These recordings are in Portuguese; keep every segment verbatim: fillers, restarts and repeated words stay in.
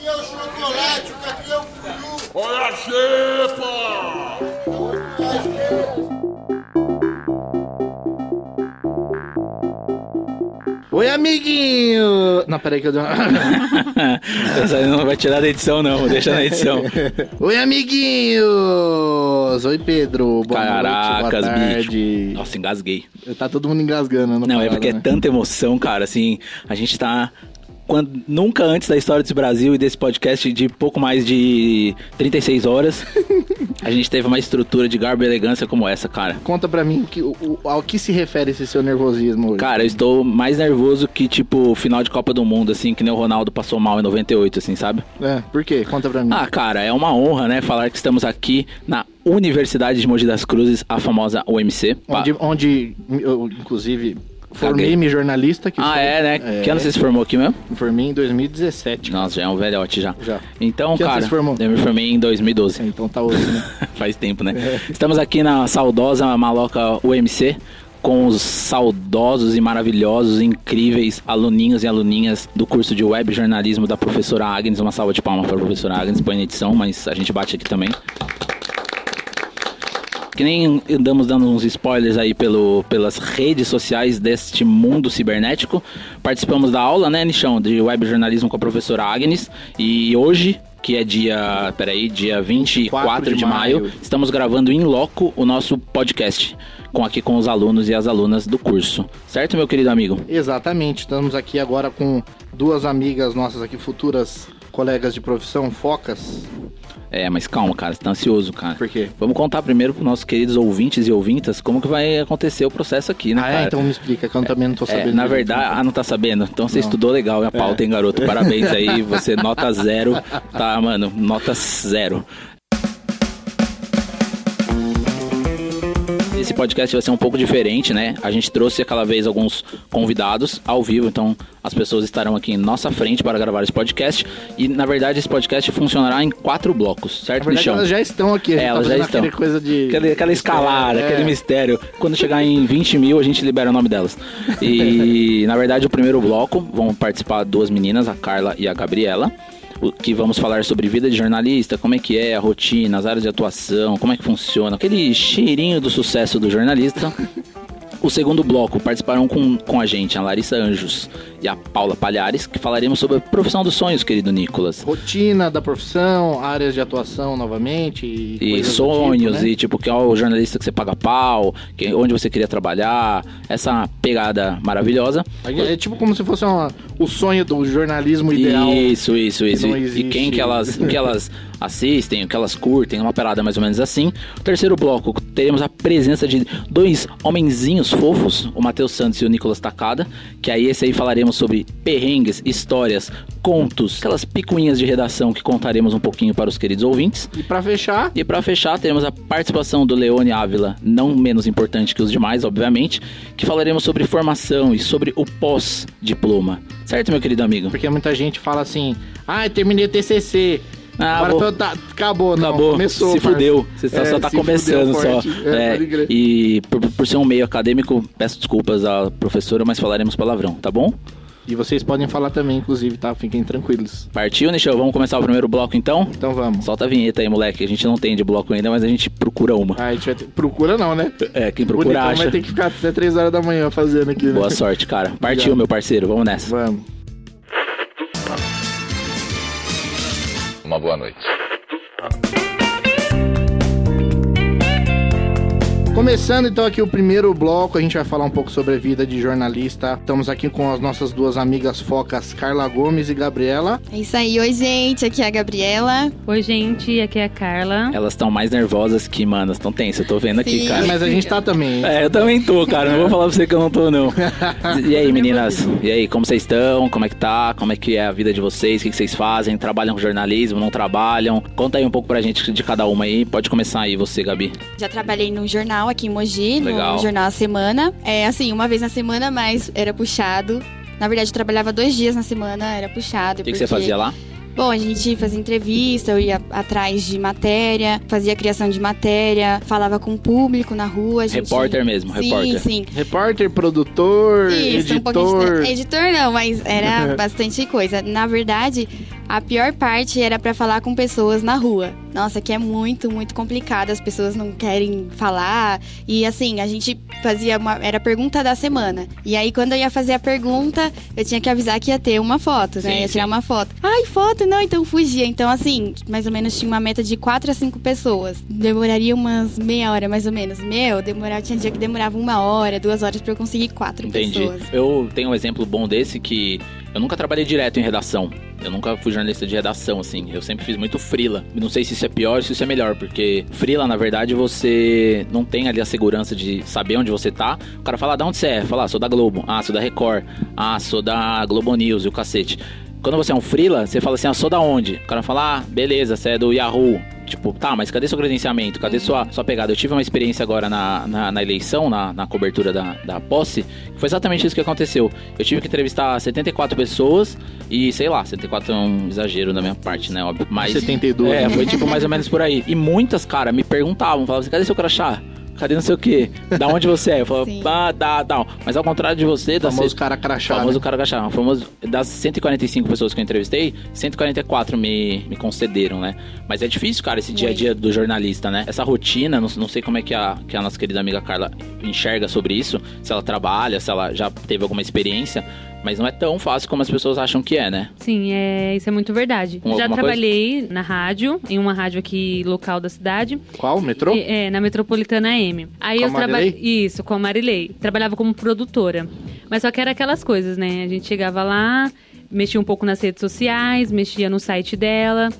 é o chocolate, o caqui é o peru. Olha a xepa! Oi, amiguinho! Não, peraí que eu dei uma... Essa aí não vai tirar da edição, não. Vou deixar na edição. Oi, amiguinhos! Oi, Pedro. Boa Caracas, noite, boa bicho. tarde. Nossa, engasguei. Tá todo mundo engasgando. Não, é porque é tanta emoção, cara. Assim, a gente tá... Quando, nunca antes da história desse Brasil e desse podcast de pouco mais de trinta e seis horas, a gente teve uma estrutura de garbo e elegância como essa, cara. Conta pra mim que, o, o, ao que se refere esse seu nervosismo hoje. Cara, eu estou mais nervoso que, tipo, final de Copa do Mundo, assim, que nem o Ronaldo passou mal em noventa e oito, assim, sabe? É, por quê? Conta pra mim. Ah, cara, é uma honra, né, falar que estamos aqui na Universidade de Mogi das Cruzes, a famosa U M C. Onde, onde eu, inclusive... Formei-me jornalista. Que ah, foi, é, né? É, que ano você se formou aqui mesmo? Me formei em dois mil e dezessete. Nossa, já é um velhote já. Já. Então, que cara, ano você se formou? Eu me formei em dois mil e doze. É, então tá hoje, né? Faz tempo, né? É. Estamos aqui na saudosa Maloca U M C com os saudosos e maravilhosos, incríveis aluninhos e aluninhas do curso de web jornalismo da professora Agnes. Uma salva de palmas para a professora Agnes, põe na edição, mas a gente bate aqui também. Que nem andamos dando uns spoilers aí pelo, pelas redes sociais deste mundo cibernético. Participamos da aula, né, Nichão, de web jornalismo com a professora Agnes. E hoje, que é dia, peraí, dia vinte e quatro de maio, estamos gravando in loco o nosso podcast. Com, aqui com os alunos e as alunas do curso. Certo, meu querido amigo? Exatamente. Estamos aqui agora com duas amigas nossas aqui, futuras colegas de profissão, focas. É, mas calma, cara, você tá ansioso, cara. Por quê? Vamos contar primeiro pros nossos queridos ouvintes e ouvintas como que vai acontecer o processo aqui, né, ah, cara? É? Então me explica, que eu também não tô sabendo. É, na verdade, ah, não tá sabendo? Então você não. Estudou legal a pauta, é. hein, garoto? Parabéns aí, você nota zero, tá, mano? Nota zero. Esse podcast vai ser um pouco diferente, né? A gente trouxe aquela vez alguns convidados ao vivo, então as pessoas estarão aqui em nossa frente para gravar esse podcast. E, na verdade, esse podcast funcionará em quatro blocos, certo, na verdade, Michão? Elas já estão aqui, a gente é, elas tá já estão. Coisa de... Aquela, aquela escalada, é. aquele mistério. Quando chegar em vinte mil, a gente libera o nome delas. E, na verdade, o primeiro bloco vão participar duas meninas, a Carla e a Gabriela, que vamos falar sobre vida de jornalista, como é que é a rotina, as áreas de atuação, como é que funciona, aquele cheirinho do sucesso do jornalista. O segundo bloco participarão com, com a gente a Larissa Anjos e a Paula Palhares, que falaremos sobre a profissão dos sonhos, querido Nicolas. Rotina da profissão, áreas de atuação novamente. E, e sonhos, tipo, né? e tipo, que é o jornalista que você paga pau, que, onde você queria trabalhar, essa pegada maravilhosa. É tipo como se fosse uma, o sonho do jornalismo ideal. Isso, isso, isso. Não E, existe. e quem que elas, o que elas assistem, o que elas curtem, uma parada mais ou menos assim. O terceiro bloco, teremos a presença de dois homenzinhos fofos, o Matheus Santos e o Nicolas Takada, que aí esse aí falaremos sobre perrengues, histórias, contos, aquelas picuinhas de redação que contaremos um pouquinho para os queridos ouvintes. E pra fechar? E pra fechar, teremos a participação do Leone Ávila, não menos importante que os demais, obviamente, que falaremos sobre formação e sobre o pós-diploma. Certo, meu querido amigo? Porque muita gente fala assim, ah, terminei o T C C. Ah, Agora tô, tá, acabou, não. Acabou, começou. se parça. fudeu. Você só, é, só tá começando só. É, é, e por, por ser um meio acadêmico, peço desculpas à professora, mas falaremos palavrão, tá bom? E vocês podem falar também, inclusive, tá? Fiquem tranquilos. Partiu, Nichão? Vamos começar o primeiro bloco, então? Então vamos. Solta a vinheta aí, moleque. A gente não tem de bloco ainda, mas a gente procura uma. Ah, a gente vai ter... Procura não, né? É, quem procura Bonitão acha. vai ter que ficar até três horas da manhã fazendo aqui, né? Boa sorte, cara. Partiu, meu parceiro. Vamos nessa. Vamos. Uma boa noite. Começando então aqui o primeiro bloco, a gente vai falar um pouco sobre a vida de jornalista. Estamos aqui com as nossas duas amigas focas, Carla Gomes e Gabriela. É isso aí, oi gente, aqui é a Gabriela. Oi gente, aqui é a Carla. Elas estão mais nervosas que, mano, estão tensas, eu tô vendo aqui, Sim. cara. Mas a gente tá também. É, eu também tô, cara, não vou falar pra você que eu não tô, não. E aí, meninas? E aí, como vocês estão? Como é que tá? Como é que é a vida de vocês? O que vocês fazem? Trabalham com jornalismo? Não trabalham? Conta aí um pouco pra gente de cada uma aí. Pode começar aí você, Gabi. Já trabalhei num jornal aqui em Mogi, Legal. no Jornal A Semana. É assim, uma vez na semana, mas era puxado. Na verdade, eu trabalhava dois dias na semana, era puxado. O que, que você fazia lá? Bom, a gente fazia entrevista, eu ia atrás de matéria, fazia criação de matéria, falava com o público na rua. A gente... Repórter mesmo, sim, repórter. Sim, Repórter, produtor, Isso, editor. um pouquinho de... Editor não, mas era bastante coisa. Na verdade, A pior parte era pra falar com pessoas na rua. Nossa, que é muito, muito complicado. As pessoas não querem falar. E assim, a gente fazia uma... Era a pergunta da semana. E aí, quando eu ia fazer a pergunta, eu tinha que avisar que ia ter uma foto, né? Sim, ia tirar sim. uma foto. Ai, foto? Não, então fugia. Então, assim, mais ou menos tinha uma meta de quatro a cinco pessoas. Demoraria umas meia hora, mais ou menos. Meu, demorar, tinha dia que demorava uma hora, duas horas pra eu conseguir quatro Entendi. pessoas. Eu tenho um exemplo bom desse que eu nunca trabalhei direto em redação. Eu nunca fui jornalista de redação, assim. Eu sempre fiz muito freela. Não sei se isso é pior ou se isso é melhor, porque freela, na verdade, você não tem ali a segurança de saber onde você tá. O cara fala, ah, de onde você é? Fala, ah, sou da Globo. Ah, sou da Record. Ah, sou da Globo News e o cacete. Quando você é um freela, você fala assim, ah, sou da onde? O cara fala, ah, beleza, você é do Yahoo. Tipo, tá, mas cadê seu credenciamento? Cadê sua, sua pegada? Eu tive uma experiência agora na, na, na eleição, na, na cobertura da, da posse, que foi exatamente isso que aconteceu. Eu tive que entrevistar setenta e quatro pessoas e, sei lá, setenta e quatro é um exagero da minha parte, né, óbvio. Mas, setenta e dois. É, foi tipo mais ou menos por aí. E muitas, cara, me perguntavam, falavam assim, cadê seu crachá? Cadê não sei o quê? Da onde você é? Eu falava, ah, dá, dá. Mas ao contrário de você... O famoso cara crachá, famoso né? cara crachá. Famoso, das cento e quarenta e cinco pessoas que eu entrevistei, cento e quarenta e quatro me, me concederam, né? Mas é difícil, cara, esse dia a dia do jornalista, né? Essa rotina, não, não sei como é que a, que a nossa querida amiga Carla enxerga sobre isso. Se ela trabalha, se ela já teve alguma experiência... Mas não é tão fácil como as pessoas acham que é, né? Sim, é, isso é muito verdade. Com Já alguma trabalhei na rádio, em uma rádio aqui local da cidade. Qual? Metrô? E- É, na Metropolitana M. Aí Com eu a trabalhei. Marilei? Isso, com a Marilei. Trabalhava como produtora. Mas só que era aquelas coisas, né? A gente chegava lá, mexia um pouco nas redes sociais, mexia no site dela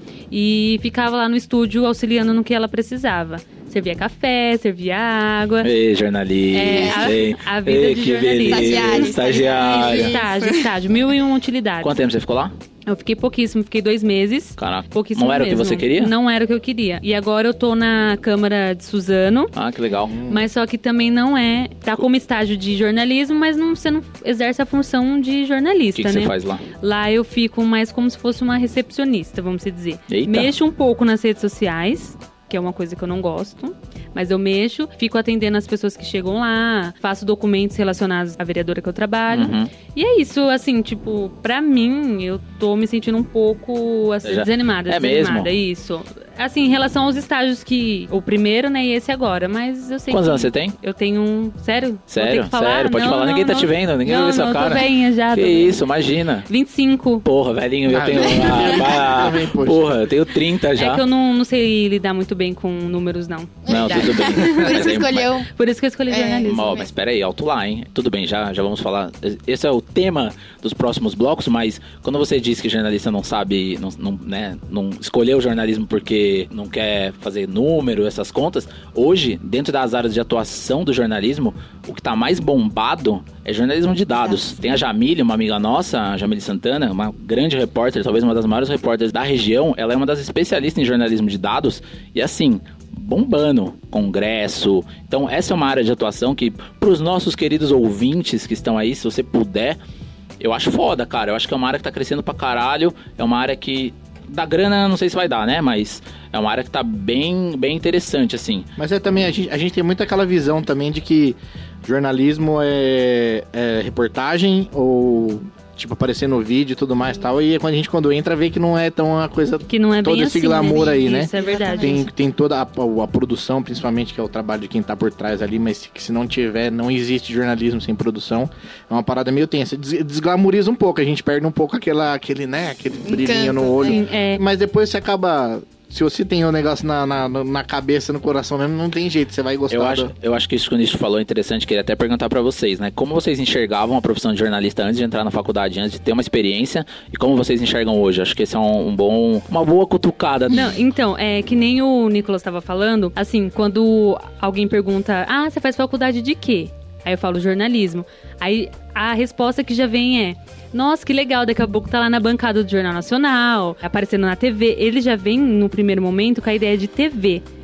e ficava lá no estúdio auxiliando no que ela precisava. Servia café, servia água. Ei, jornalista, É, a- hein? a vida Ei, de que jornalista. beleza, Estagiário, estagiária. Estágio, estágio. Mil e uma utilidades. Quanto tempo você ficou lá? Eu fiquei pouquíssimo, fiquei dois meses. Caraca, Pouquíssimo não era o que mesmo. você queria? Não era o que eu queria. E agora eu tô na Câmara de Suzano, Ah, que legal. mas só que também não é... Tá como estágio de jornalismo, mas não, você não exerce a função de O jornalista, que, que né? você faz lá? Lá eu fico mais como se fosse uma recepcionista, vamos dizer. Eita. Mexo um pouco nas redes sociais, que é uma coisa que eu não gosto. Mas eu mexo, fico atendendo as pessoas que chegam lá, faço documentos relacionados à vereadora que eu trabalho. Uhum. E é isso, assim, tipo, pra mim, eu tô me sentindo um pouco assim, Já- desanimada. É desanimada, mesmo? isso. Assim, em relação aos estágios que... O primeiro, né, e esse agora. Mas eu sei Quantos que... anos você tem? Eu tenho um... Sério? Vou ter Sério? que falar? Sério? Pode Não, falar, não, ninguém tá não. te vendo, ninguém não, vai ver sua não, cara. Tô velhinha já. Que tô velhinha. isso, imagina. vinte e cinco. Porra, velhinho, eu Ah, tenho... velhinho. Ah, Também, poxa. porra, eu tenho trinta já. É que eu não, não sei lidar muito bem com números, não. Não, Verdade. tudo bem. Por Mas isso que aí- escolheu. Por isso que eu escolhi É. jornalismo. Ó, mas pera aí, alto lá, hein? Tudo bem, já, já vamos falar. Esse é o tema dos próximos blocos, mas quando você diz que jornalista não sabe, não, não, né, não escolheu o jornalismo porque não quer fazer número, essas contas, hoje, dentro das áreas de atuação do jornalismo, o que tá mais bombado é jornalismo de dados. Tem a Jamile, uma amiga nossa, a Jamile Santana, uma grande repórter, talvez uma das maiores repórteres da região, ela é uma das especialistas em jornalismo de dados, e assim... bombando, congresso. Então essa é uma área de atuação que pros nossos queridos ouvintes que estão aí, se você puder, eu acho foda, cara. Eu acho que é uma área que tá crescendo pra caralho, é uma área que da grana não sei se vai dar, né, mas é uma área que tá bem, bem interessante, assim. Mas é também, a gente, a gente tem muito aquela visão também de que jornalismo é, é reportagem ou... tipo, aparecer no vídeo e tudo mais e tal. E quando a gente, quando entra, vê que não é tão uma coisa... Que não é todo bem esse assim, glamour né? aí, né? Isso é verdade. Tem, tem toda a, a produção, principalmente, que é o trabalho de quem tá por trás ali, mas que se não tiver, não existe jornalismo sem produção. É uma parada meio tensa. Des, desglamoriza um pouco, a gente perde um pouco aquela, aquele, né, aquele brilhinho no olho. Sim, é. Mas depois você acaba... Se você tem o um negócio na, na, na cabeça, no coração mesmo, não tem jeito, você vai gostar. Eu do... acho, eu acho que isso que o Nicho falou é interessante, queria até perguntar pra vocês, né? Como vocês enxergavam a profissão de jornalista antes de entrar na faculdade, antes de ter uma experiência, e como vocês enxergam hoje? Acho que esse é um, um bom, uma boa cutucada. Não, então, é que nem o Nicolas estava falando, assim, quando alguém pergunta, ah, você faz faculdade de quê? Aí eu falo jornalismo. Aí a resposta que já vem é, nossa, que legal, daqui a pouco tá lá na bancada do Jornal Nacional, aparecendo na T V. Ele já vem, no primeiro momento, com a ideia de T V.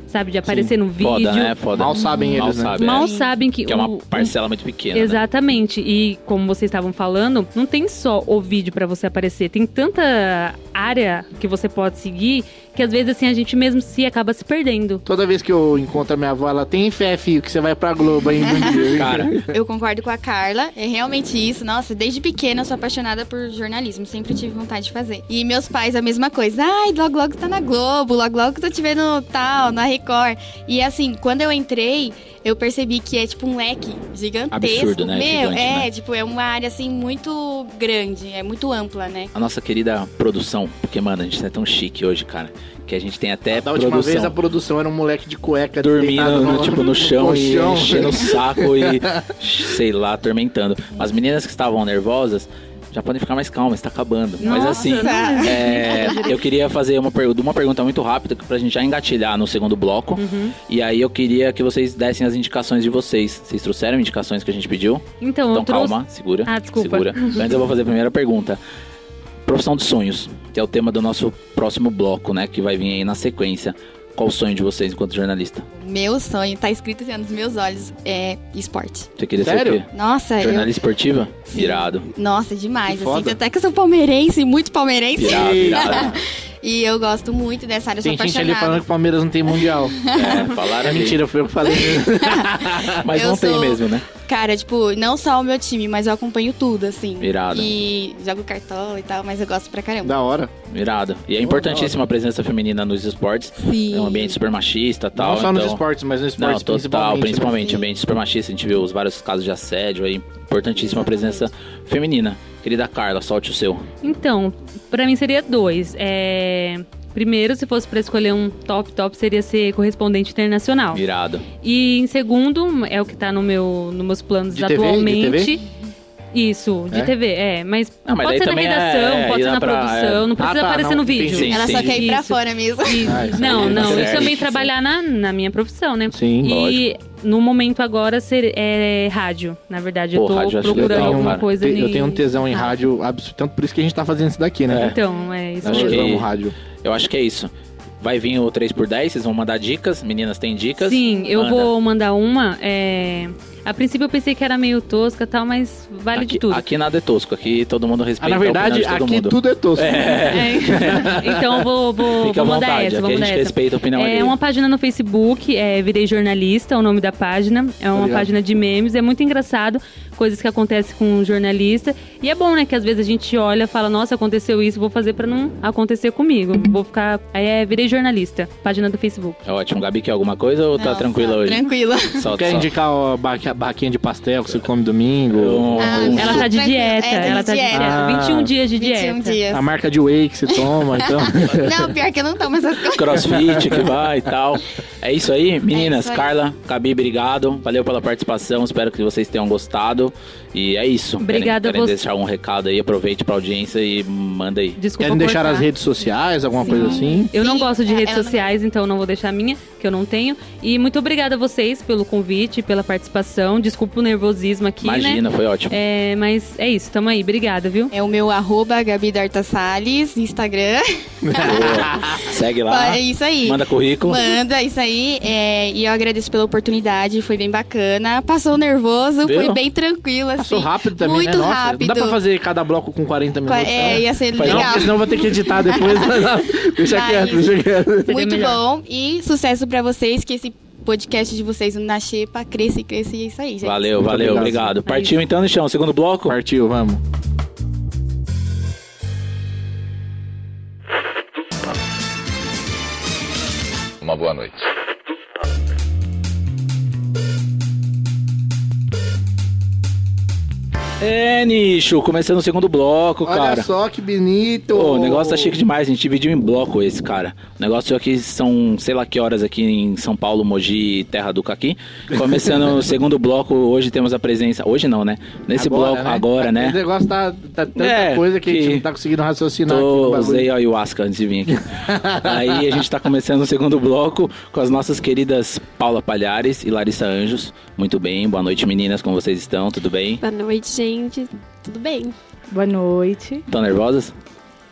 sabe? De aparecer no vídeo. Foda, né? Foda. Mal sabem Mal eles, né? sabem, Mal é. sabem que... Que é uma o- parcela muito pequena, né? Exatamente. E como vocês estavam falando, não tem só o vídeo pra você aparecer. Tem tanta área que você pode seguir que às vezes assim a gente mesmo se acaba se perdendo. Toda vez que eu encontro a minha avó, ela tem fé, filho, que você vai pra Globo ainda um dia. Cara, Eu concordo com a Carla, é realmente isso. Nossa, desde pequena eu sou apaixonada por jornalismo, sempre tive vontade de fazer. E meus pais a mesma coisa. Ai, logo logo tá na Globo, logo logo tô te vendo tal, na Record. E assim, quando eu entrei, eu percebi que é tipo um leque gigantesco. Absurdo, né? Meu, Gigante, é, né? tipo, é uma área assim muito grande, é muito ampla, né? a nossa querida produção, porque, mano, a gente é tão chique hoje, cara, que a gente tem até Da última produção vez a produção era um moleque de cueca dormindo deitado no, tipo, no chão e colchão. enchendo o saco e, sei lá, atormentando. As meninas que estavam nervosas já podem ficar mais calmas, tá acabando. Mas Nossa, assim, não. é, eu queria fazer uma, pergu- uma pergunta muito rápida pra gente já engatilhar no segundo bloco. Uhum. E aí eu queria que vocês dessem as indicações de vocês. Vocês trouxeram indicações que a gente pediu? Então, Então eu trouxe... calma, segura. Ah, desculpa. Segura. Antes eu vou fazer a primeira pergunta. Profissão dos sonhos, que é o tema do nosso próximo bloco, né? Que vai vir aí na sequência. Qual o sonho de vocês enquanto jornalista? Meu sonho, tá escrito assim nos meus olhos, é esporte. Você queria Sério? ser o quê? Nossa, eu... Jornalista esportiva? Sim. Irado. Nossa, demais, Que assim, foda. até que eu sou palmeirense, muito palmeirense. Irado, irado. E eu gosto muito dessa área, eu sou Tem gente ali falando apaixonada. que o Palmeiras não tem mundial. É, falaram É ali. mentira, foi eu que falei mesmo. Mas Eu não tem sou- mesmo, né? Cara, tipo, não só o meu time, mas eu acompanho tudo, assim. Irado. E jogo cartola e tal, mas eu gosto pra caramba. Da hora. Irado. E é importantíssima a presença feminina nos esportes. Sim. É um ambiente super machista e tal. Não só então... nos esportes, mas nos Não, esportes total, principalmente. principalmente. né? Ambiente super machista. A gente viu os vários casos de assédio aí. Importantíssima a presença feminina. Querida Carla, solte o seu. Então, pra mim seria dois. É... Primeiro, se fosse pra escolher um top, top seria ser correspondente internacional. Irado. E em segundo, é o que tá no meu, nos meus planos De T V? De atualmente. T V? Isso, de É? T V, é. Mas, Ah, mas daí pode ser na também redação, é- pode ir ser lá na pra- produção, é. não precisa Ah, tá, aparecer não, no vídeo. entendi. Sim, Ela sim. só quer ir pra Isso. fora mesmo. Isso. Ah, isso não, aí, não, tá isso certo. também trabalhar na, na minha profissão, né? Sim, E no momento agora ser, é rádio. Na verdade, Pô, eu tô rádio eu acho procurando legal, alguma cara. coisa Te- eu em tenho um tesão em rádio, abs- tanto por isso que a gente tá fazendo isso daqui, né? Então, é isso Acho Eu mesmo. que- amo rádio. Eu acho que é isso. Vai vir o três por dez, vocês vão mandar dicas. Meninas, têm dicas? Sim, eu Manda. vou mandar uma. é, A princípio eu pensei que era meio tosca e tal, mas vale aqui, de tudo. Aqui nada é tosco, aqui todo mundo Ah, respeita na a opinião verdade, de todo aqui mundo. tudo é tosco. É, então eu vou, vou, Fica à vou mandar vontade, essa, aqui vou a mandar gente essa. respeita a opinião É alheia. uma página no Facebook, é Virei Jornalista, é o nome da página. É uma ligado. página de memes, é muito engraçado, coisas que acontecem com um jornalista. E é bom, né, que às vezes a gente olha e fala, nossa, aconteceu isso, vou fazer pra não acontecer comigo. Vou ficar... Aí é Virei Jornalista, página do Facebook. É ótimo. Gabi, quer alguma coisa ou tá Não, tranquila tá hoje? Tranquila. Solta, Quer solta. indicar a barra- barraquinha de pastel que você come domingo? Um- Ah, um- Ela tá de Tranquilo. dieta, É, tá de ela tá de dieta. dieta. vinte e um dias de vinte e um dieta. dias. A marca de whey que você toma, então. Não, pior que eu não tomo essas coisas. Crossfit que vai e tal. É isso aí, meninas. É isso aí. Carla, Gabi, obrigado. Valeu pela participação. Espero que vocês tenham gostado. E é isso. Obrigada a Querem, querem você. deixar um recado aí? Aproveite pra audiência e manda aí. Desculpa Querem deixar cortar. as redes sociais, alguma coisa assim? Eu não Sim, gosto de é, redes ela não- sociais, então eu não vou deixar a minha, que eu não tenho. E muito obrigada a vocês pelo convite, pela participação. Desculpa o nervosismo aqui, Imagina, né? foi ótimo. É, mas é isso, tamo aí. Obrigada, viu? É o meu arroba Gabi Darta Salles, Instagram. Boa. Segue lá. É isso aí. Manda currículo. Manda, isso aí. É, e eu agradeço pela oportunidade, foi bem bacana. Passou nervoso, Viu? foi bem tranquilo, assim. Passou rápido também, Muito né? Nossa, rápido. não dá pra fazer cada bloco com quarenta minutos. É, né? ia ser Não, legal. porque senão eu vou ter que editar depois. deixa Mas- quieto, deixa quieto. Seria Muito melhor. bom. E sucesso pra vocês, que esse podcast de vocês na Xepa cresça e cresça. E é isso aí, gente. Valeu, Muito valeu, obrigado. obrigado. Partiu então, Nichão, segundo bloco? Partiu, vamos. Uma boa noite. É, Nicho, começando o segundo bloco, Olha cara. só que bonito. Pô, o negócio tá chique demais, a gente dividiu em bloco esse, cara. O negócio aqui são, sei lá que horas aqui em São Paulo, Mogi, Terra do Caqui. Começando o segundo bloco, hoje temos a presença... Hoje não, né? Nesse Agora, bloco, agora, né? Esse negócio tá, tá tanta É, coisa que, a gente que- não tá conseguindo raciocinar aqui no Tô, bagulho. usei a ayahuasca antes de vir aqui. Aí a gente tá começando o segundo bloco com as nossas queridas Paula Palhares e Larissa Anjos. Muito bem, boa noite meninas, como vocês estão? Tudo bem? Boa noite, gente. Tudo bem? Boa noite. Estão nervosas?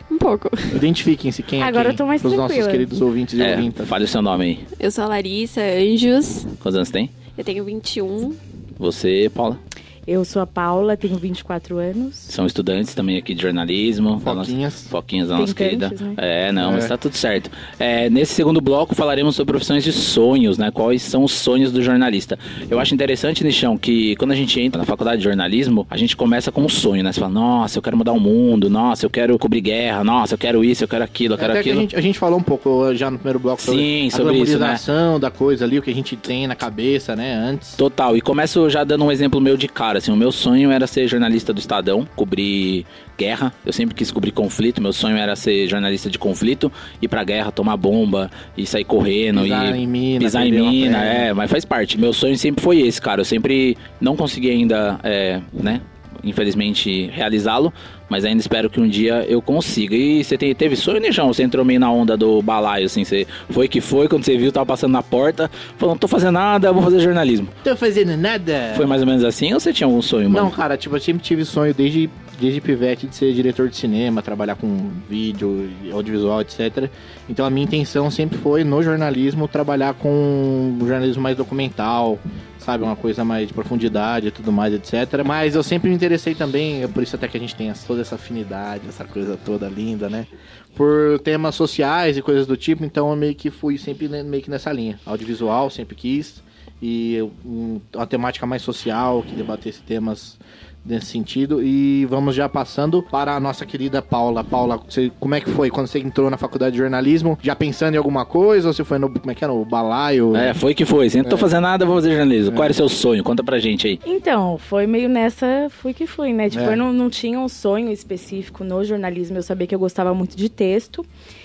Um pouco. Identifiquem-se quem é Agora quem. eu tô mais Pros nossos tranquila. queridos ouvintes e É, ouvintas. fale o seu nome aí. Eu sou a Larissa Anjos, Quantos anos tem? eu tenho vinte e um. Você, Paula? Eu sou a Paula, tenho vinte e quatro anos. São estudantes também aqui de jornalismo. da nossa- Foquinhas. Foquinhas da nossa querida. Tentantes, né? É, não, É. mas tá tudo certo. É, nesse segundo bloco falaremos sobre profissões de sonhos, né? Quais são os sonhos do jornalista. Eu acho interessante, Nichão, que quando a gente entra na faculdade de jornalismo, a gente começa com um sonho, né? Você fala, nossa, eu quero mudar o mundo, nossa, eu quero cobrir guerra, nossa, eu quero isso, eu quero aquilo, eu quero Até que a aquilo. gente, a gente falou um pouco já no primeiro bloco sobre Sim, a sobre isso, né? glamorização da coisa ali, o que a gente tem na cabeça, né, antes. Total, e começo já dando um exemplo meu de cara, assim, o meu sonho era ser jornalista do Estadão, cobrir guerra, eu sempre quis cobrir conflito, meu sonho era ser jornalista de conflito, ir pra guerra, tomar bomba, e sair correndo, Pisar e em mina, pisar em perder uma mina, perna. é, mas faz parte, meu sonho sempre foi esse, cara, eu sempre não consegui ainda, é, né, infelizmente realizá-lo, mas ainda espero que um dia eu consiga. E você te- teve sonho, Nejão? Você entrou meio na onda do balaio, assim, você foi que foi, quando você viu, tava passando na porta, falou, não tô fazendo nada, vou fazer jornalismo. Tô fazendo nada. Foi mais ou menos assim, ou você tinha algum sonho, mano? Não, cara, tipo, eu sempre tive sonho desde, desde pivete de ser diretor de cinema, trabalhar com vídeo, audiovisual, etcétera. Então a minha intenção sempre foi, no jornalismo, trabalhar com um jornalismo mais documental, sabe? Uma coisa mais de profundidade e tudo mais, etcétera. Mas eu sempre me interessei também, é por isso até que a gente tem essa- toda essa afinidade, essa coisa toda linda, né? Por temas sociais e coisas do tipo, então eu meio que fui sempre ne- meio que nessa linha. Audiovisual, sempre quis. E um, uma temática mais social, que debatesse temas nesse sentido. E vamos já passando para a nossa querida Paula. Paula, você, como é que foi quando você entrou na faculdade de jornalismo? Já pensando em alguma coisa? Ou você foi no, como é que é, no balaio? É, foi que foi. Você não tô fazendo nada, vou fazer jornalismo. Qual era o seu sonho? Conta pra gente aí. Então, foi meio nessa, fui que fui, né? Tipo, É. eu não, não tinha um sonho específico no jornalismo, eu sabia que eu gostava muito de texto.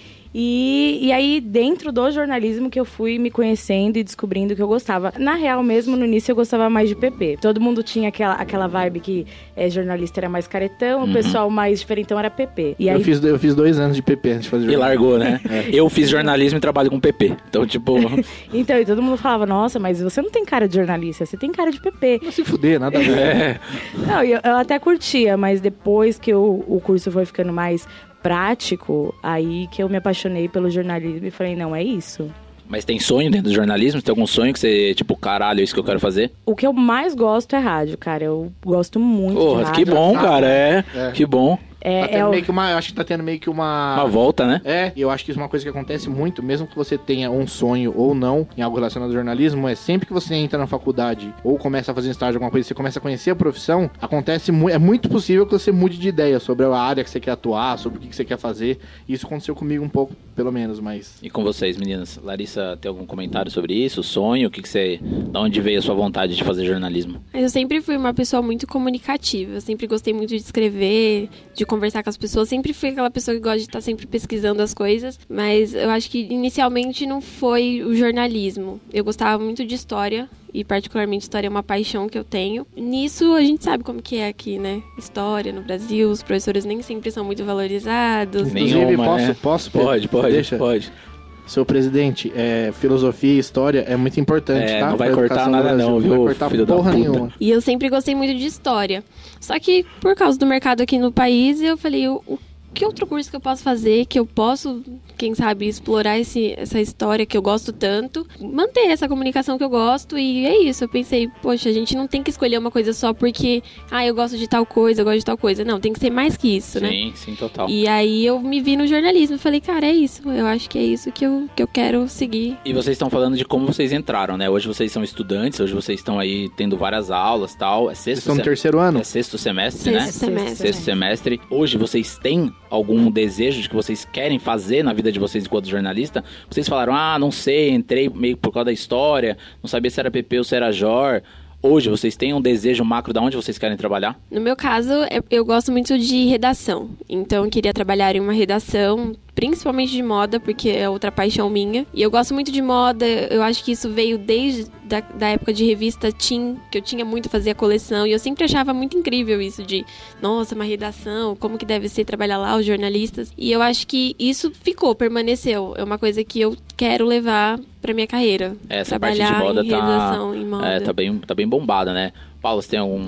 E, e aí, dentro do jornalismo que eu fui me conhecendo e descobrindo que eu gostava. Na real mesmo, no início eu gostava mais de P P. Todo mundo tinha aquela, aquela vibe que é, jornalista era mais caretão, o pessoal mais diferentão era P P. E aí, Eu, fiz, eu fiz dois anos de P P antes de fazer E jornalismo. largou, né? Eu fiz jornalismo e trabalho com P P. Então, tipo... então, e todo mundo falava, nossa, mas você não tem cara de jornalista, você tem cara de P P. Não se fuder, nada a ver. é... Não, eu, eu até curtia, mas depois que eu, o curso foi ficando mais prático, aí que eu me apaixonei pelo jornalismo e falei, não, é isso. Mas tem sonho dentro do jornalismo? Tem algum sonho que você, tipo, caralho, é isso que eu quero fazer? O que eu mais gosto é rádio, cara. Eu gosto muito de Porra, rádio. que bom, cara. É, É. que bom. Tá É, tendo é o- meio que uma, eu acho que tá tendo meio que uma... Uma volta, né? É, e eu acho que isso é uma coisa que acontece muito, mesmo que você tenha um sonho ou não em algo relacionado ao jornalismo, é sempre que você entra na faculdade ou começa a fazer estágio, alguma coisa, você começa a conhecer a profissão, acontece mu- é muito possível que você mude de ideia sobre a área que você quer atuar, sobre o que que você quer fazer. Isso aconteceu comigo um pouco, pelo menos, mas... E com vocês, meninas? Larissa, tem algum comentário sobre isso? Sonho? O que que você... Da onde veio a sua vontade de fazer jornalismo? Mas eu sempre fui uma pessoa muito comunicativa. Eu sempre gostei muito de escrever, de conversar com as pessoas. Sempre fui aquela pessoa que gosta de estar sempre pesquisando as coisas. Mas eu acho que inicialmente não foi o jornalismo. Eu gostava muito de história. E particularmente história é uma paixão que eu tenho. Nisso a gente sabe como que é aqui, né? História no Brasil, os professores nem sempre são muito valorizados. Nem- Inclusive, Nenhuma, posso, né? posso... Pedro? Pode, pode, Deixa. pode. Seu presidente, é, filosofia e história é muito importante, É, tá? não vai Pra cortar educação nada do Brasil. não, viu, Não vai cortar filho da porra puta. nenhuma. E eu sempre gostei muito de história. Só que por causa do mercado aqui no país, eu falei, o, o que outro curso que eu posso fazer, que eu posso, quem sabe, explorar esse, essa história que eu gosto tanto, manter essa comunicação que eu gosto, e é isso. Eu pensei, poxa, a gente não tem que escolher uma coisa só porque, ah, eu gosto de tal coisa, eu gosto de tal coisa. Não, tem que ser mais que isso, né? Sim, sim, total. E aí eu me vi no jornalismo e falei, cara, é isso. Eu acho que é isso que eu, que eu quero seguir. E vocês estão falando de como vocês entraram, né? Hoje vocês são estudantes, hoje vocês estão aí tendo várias aulas e tal. É Vocês sexto, estão no se- terceiro ano? é sexto semestre, Sexto né? semestre. Sexto semestre. Hoje vocês têm algum desejo de que vocês querem fazer na vida de vocês enquanto jornalista? Vocês falaram, ah, não sei, entrei meio por causa da história, não sabia se era P P ou se era Jor. Hoje vocês têm um desejo macro de onde vocês querem trabalhar? No meu caso, eu- eu gosto muito de redação. Então, eu queria trabalhar em uma redação, principalmente de moda, porque é outra paixão minha. E eu gosto muito de moda, eu acho que isso veio desde da, da época de revista Teen, que eu tinha muito a fazer a coleção. E eu sempre achava muito incrível isso de, nossa, uma redação, como que deve ser trabalhar lá, os jornalistas. E eu acho que isso ficou, permaneceu. É uma coisa que eu quero levar pra minha carreira. Essa trabalhar parte de moda em tá, redação, em moda. é, tá, bem, tá bem bombada, né? Paulo, você tem algum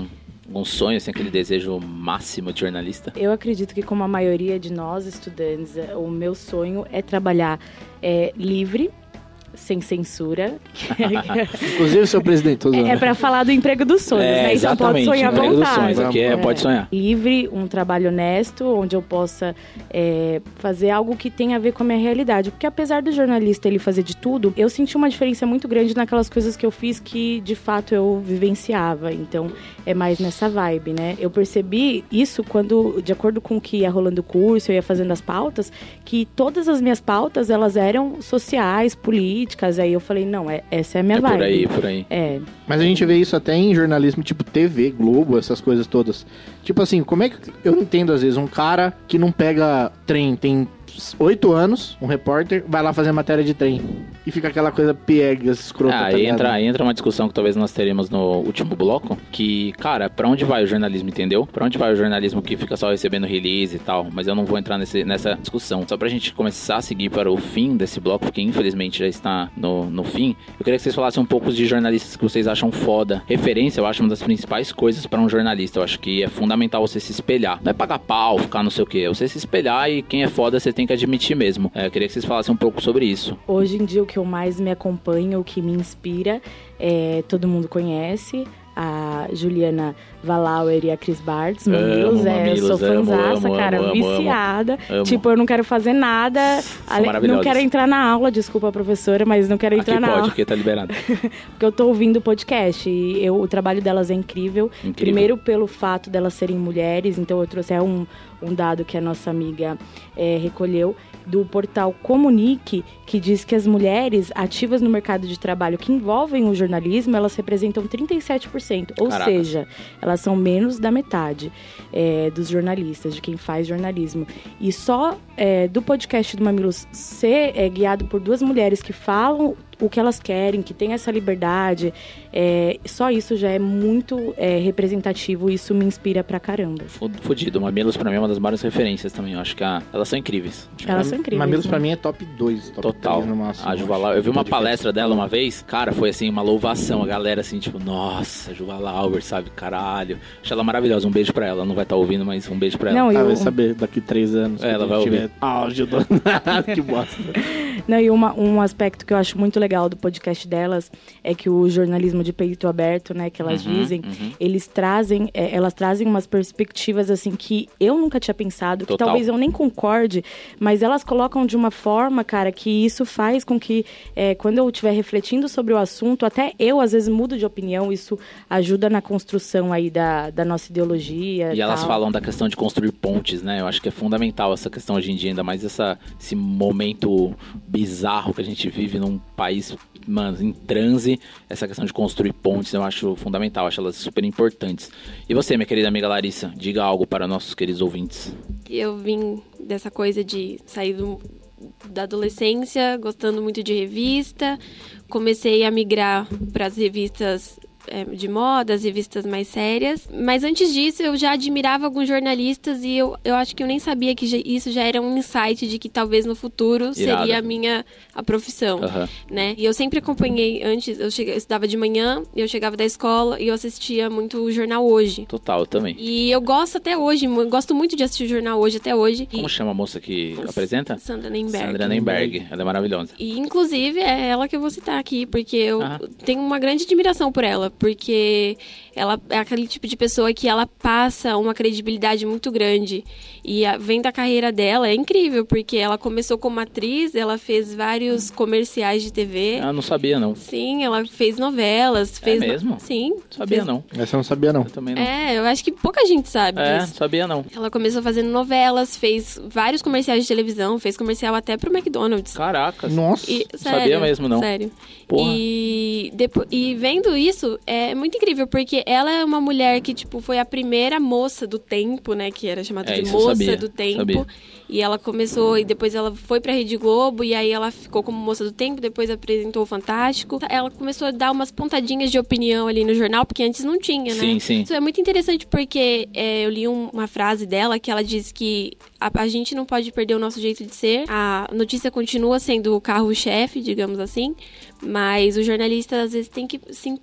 algum sonho, assim, aquele desejo máximo de jornalista? Eu acredito que, como a maioria de nós estudantes, o meu sonho é trabalhar é, livre, sem censura. Inclusive o seu presidente, tô usando. É para falar do emprego dos sonhos, É, né? Então pode exatamente, sonhar à emprego dos vontade. sonhos, aqui é, pode sonhar. Livre, um trabalho honesto, onde eu possa é, fazer algo que tenha a ver com a minha realidade. Porque apesar do jornalista ele fazer de tudo, eu senti uma diferença muito grande naquelas coisas que eu fiz que, de fato, eu vivenciava. Então, é mais nessa vibe, né? Eu percebi isso quando, de acordo com o que ia rolando o curso, eu ia fazendo as pautas, que todas as minhas pautas, elas eram sociais, políticas. Aí eu falei, não, é, essa é a minha é vibe. por aí, por aí. É. Mas a gente vê isso até em jornalismo tipo T V, Globo, essas coisas todas. Tipo assim, como é que... Eu entendo, às vezes, um cara que não pega trem, tem oito anos, um repórter, vai lá fazer matéria de trem. E fica aquela coisa piegas, escrota. Ah, tá aí ligado? entra, aí entra uma discussão que talvez nós teremos no último bloco, que, cara, pra onde vai o jornalismo, entendeu? Pra onde vai o jornalismo que fica só recebendo release e tal? Mas eu não vou entrar nesse, nessa discussão. Só pra gente começar a seguir para o fim desse bloco, porque infelizmente já está no, no fim, eu queria que vocês falassem um pouco de jornalistas que vocês acham foda. Referência, eu acho uma das principais coisas pra um jornalista. Eu acho que é fundamental você se espelhar. Não é pagar pau, ficar não sei o quê. É você se espelhar e quem é foda você tem que admitir mesmo. É, eu queria que vocês falassem um pouco sobre isso. Hoje em dia, o que eu mais me acompanho, o que me inspira, é, todo mundo conhece, a Juliana Valauer e a Cris Bartz, Mamilos, Amo, é, Mamilos, sou amo, fanzaça, amo, cara, amo, amo, viciada. amo. Tipo, eu não quero fazer nada, ale- não maravilhosos. quero entrar na aula, desculpa, professora, mas não quero entrar Aqui na pode, aula. aqui tá liberado. Porque eu tô ouvindo o podcast e eu, o trabalho delas é incrível. Incrível. Primeiro pelo fato delas serem mulheres, então eu trouxe é um, um dado que a nossa amiga é, recolheu do portal Comunique, que diz que as mulheres ativas no mercado de trabalho que envolvem o jornalismo, elas representam trinta e sete por cento, ou Caracas. seja, elas são menos da metade é, dos jornalistas, de quem faz jornalismo. E só é, do podcast do Mamilos ser é, guiado por duas mulheres que falam o que elas querem, que tem essa liberdade, é, só isso já é muito é, representativo, isso me inspira pra caramba. Fudido, Mamilos pra mim é uma das maiores referências também. Eu acho que a, elas são incríveis. Elas são incríveis. Mamilos né? pra mim é top dois, top Total. três no máximo. A Juva Lauer, eu vi uma Podcast. palestra dela uma vez, cara, foi assim, uma louvação. A galera assim, tipo, nossa, Juva Lauer, sabe, caralho. Achei ela maravilhosa, um beijo pra ela. Ela não vai estar ouvindo, mas um beijo pra ela. Não, Ah, eu- vai saber, daqui três anos. É, ela quando vai tiver ouvir. áudio do... Que bosta. Não, e uma, um aspecto que eu acho muito legal do podcast delas é que o jornalismo de peito aberto, né, que elas Uhum, dizem, uhum. eles trazem, é, elas trazem umas perspectivas, assim, que eu nunca tinha pensado, que Total. talvez eu nem concorde, mas elas colocam de uma forma, cara, que isso faz com que, é, quando eu estiver refletindo sobre o assunto, até eu, às vezes, mudo de opinião, isso ajuda na construção aí da, da nossa ideologia. E elas tal. falam da questão de construir pontes, né? Eu acho que é fundamental essa questão hoje em dia, ainda mais essa, esse momento bizarro que a gente vive num país, mano, em transe. Essa questão de construir pontes eu acho fundamental, acho elas super importantes. E você, minha querida amiga Larissa, diga algo para nossos queridos ouvintes. Eu vim dessa coisa de sair do, da adolescência, gostando muito de revista. Comecei a migrar para as revistas é, de moda, as revistas mais sérias. Mas antes disso, eu já admirava alguns jornalistas e eu, eu acho que eu nem sabia que já- isso já era um insight de que talvez no futuro Irada. seria a minha a profissão. Aham. Né? E eu sempre acompanhei antes, eu, chega, eu estudava de manhã, eu chegava da escola e eu assistia muito o Jornal Hoje. Total, eu também. E eu gosto até hoje, eu gosto muito de assistir o Jornal Hoje até hoje. Como e... chama a moça que apresenta? Sandra Nemberg. Sandra Nemberg. Ela é maravilhosa. E, inclusive, é ela que eu vou citar aqui, porque eu Ah. tenho uma grande admiração por ela, porque ela é aquele tipo de pessoa que ela passa uma credibilidade muito grande. E a, vem da carreira dela, é incrível, porque ela começou como atriz, ela fez vários comerciais de T V. Ah, não sabia, não. Sim, ela fez novelas. Fez no- mesmo? Sim. Sabia, fez- não. Essa eu não sabia, não. Eu também não. É, eu acho que pouca gente sabe É, disso. sabia não. Ela começou fazendo novelas, fez vários comerciais de televisão, fez comercial até pro McDonald's. Caracas. Nossa. E, Não sabia mesmo, não. Sério. Porra. E, depo- e vendo isso, é muito incrível, porque ela é uma mulher que, tipo, foi a primeira moça do tempo, né? Que era chamada É, de isso eu moça sabia, do tempo. sabia. E ela começou, e depois ela foi pra Rede Globo, e aí ela ficou como moça do tempo, depois apresentou o Fantástico. Ela começou a dar umas pontadinhas de opinião ali no jornal, porque antes não tinha, né? Sim, sim. Isso é muito interessante porque é, eu li um- uma frase dela que ela diz que a, a gente não pode perder o nosso jeito de ser. A notícia continua sendo o carro-chefe, digamos assim, mas o jornalista às vezes tem que se impor o,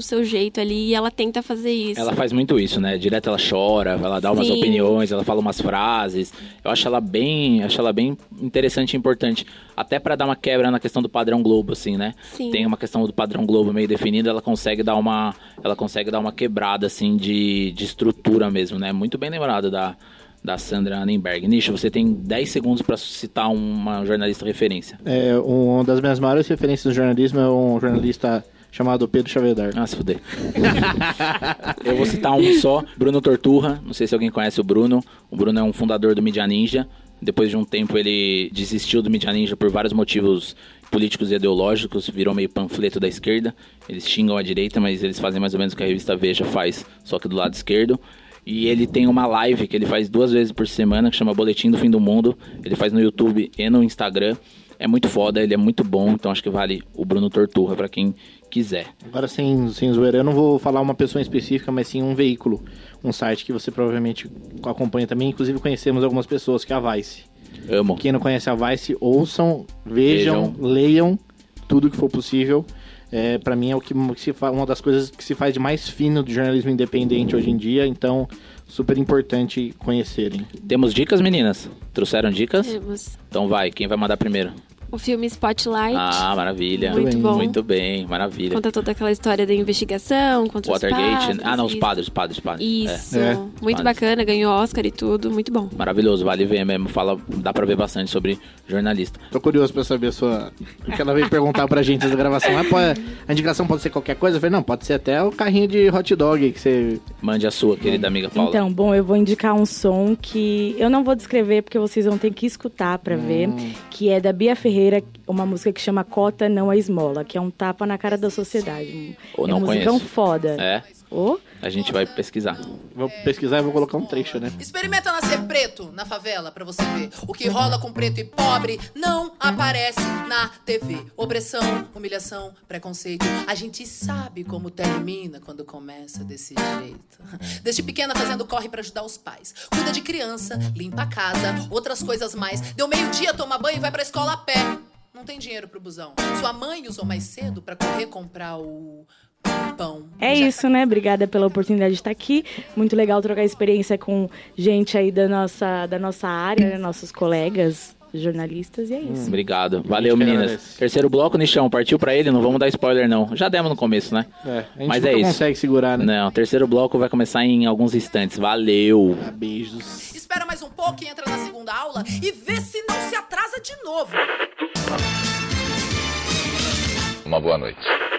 seu jeito ali e ela tenta fazer isso. Ela faz muito isso, né? Direto ela chora, ela dá umas Sim. opiniões, ela fala umas frases. Eu acho ela bem, acho ela bem interessante e importante. Até pra dar uma quebra na questão do padrão Globo, assim, né? Sim. Tem uma questão do padrão Globo meio definida, ela consegue dar uma, ela consegue dar uma quebrada, assim, de, de estrutura mesmo, né? Muito bem lembrado da, da Sandra Annenberg. Nicho, você tem dez segundos pra citar uma jornalista referência. É, uma das minhas maiores referências no jornalismo é um jornalista chamado Pedro Chavedar. Ah, se fuder. Eu vou citar um só, Bruno Torturra. Não sei se alguém conhece o Bruno. O Bruno é um fundador do Mídia Ninja. Depois de um tempo ele desistiu do Mídia Ninja por vários motivos políticos e ideológicos, virou meio panfleto da esquerda. Eles xingam a direita, mas eles fazem mais ou menos o que a revista Veja faz, só que do lado esquerdo. E ele tem uma live que ele faz duas vezes por semana, que chama Boletim do Fim do Mundo. Ele faz no YouTube e no Instagram. É muito foda, ele é muito bom, então acho que vale o Bruno Torturra pra quem quiser. Agora, sem, sem zoeira, eu não vou falar uma pessoa específica, mas sim um veículo, um site que você provavelmente acompanha também. Inclusive conhecemos algumas pessoas, que é a Vice. Amo. Quem não conhece a Vice, ouçam, vejam, vejam. leiam tudo que for possível. É, para mim é o que se fa... uma das coisas que se faz de mais fino do jornalismo independente hoje em dia, então super importante conhecerem. Temos dicas, meninas? Trouxeram dicas? Temos. Então vai, quem vai mandar primeiro? O filme Spotlight. Ah, maravilha. Muito bom. Muito bem, maravilha. Conta toda aquela história da investigação contra Watergate. os padres. Ah, não, os isso. padres, os padres, os padres. Isso. É. É. Muito Padres. bacana, ganhou Oscar e tudo, muito bom. Maravilhoso, vale ver mesmo. Fala, dá pra ver bastante sobre jornalista. Tô curioso pra saber a sua... o que ela veio perguntar pra gente da gravação. Ah, pode... A indicação pode ser qualquer coisa? Eu falei, não, pode ser até o carrinho de hot dog que você... Mande a sua, querida amiga Paula. Então, bom, eu vou indicar um som que eu não vou descrever porque vocês vão ter que escutar pra Hum. ver, que é da Bia Ferreira, uma música que chama Cota Não é Esmola, que é um tapa na cara da sociedade. Ou é não um musicão conheço. foda. É, Oh? a gente vai pesquisar. Vou pesquisar e vou colocar um trecho, né? Experimenta nascer preto na favela pra você ver. O que rola com preto e pobre não aparece na T V. Opressão, humilhação, preconceito. A gente sabe como termina quando começa desse jeito. Desde pequena fazendo corre pra ajudar os pais. Cuida de criança, limpa a casa, outras coisas mais. Deu meio-dia, toma banho e vai pra escola a pé. Não tem dinheiro pro busão. Sua mãe usou mais cedo pra correr comprar o... pão. É Já isso, né? Obrigada pela oportunidade de estar aqui. Muito legal trocar experiência com gente aí da nossa, da nossa área, né? Nossos colegas jornalistas, e é isso. Obrigado. Valeu, A gente meninas. agradece. Terceiro bloco, Nichão. Partiu pra ele, não vamos dar spoiler, não. Já demos no começo, né? É, a gente Mas nunca é isso. consegue segurar, né? Não, terceiro bloco vai começar em alguns instantes. Valeu. Ah, beijos. espera mais um pouco e entra na segunda aula e vê se não se atrasa de novo. Uma boa noite.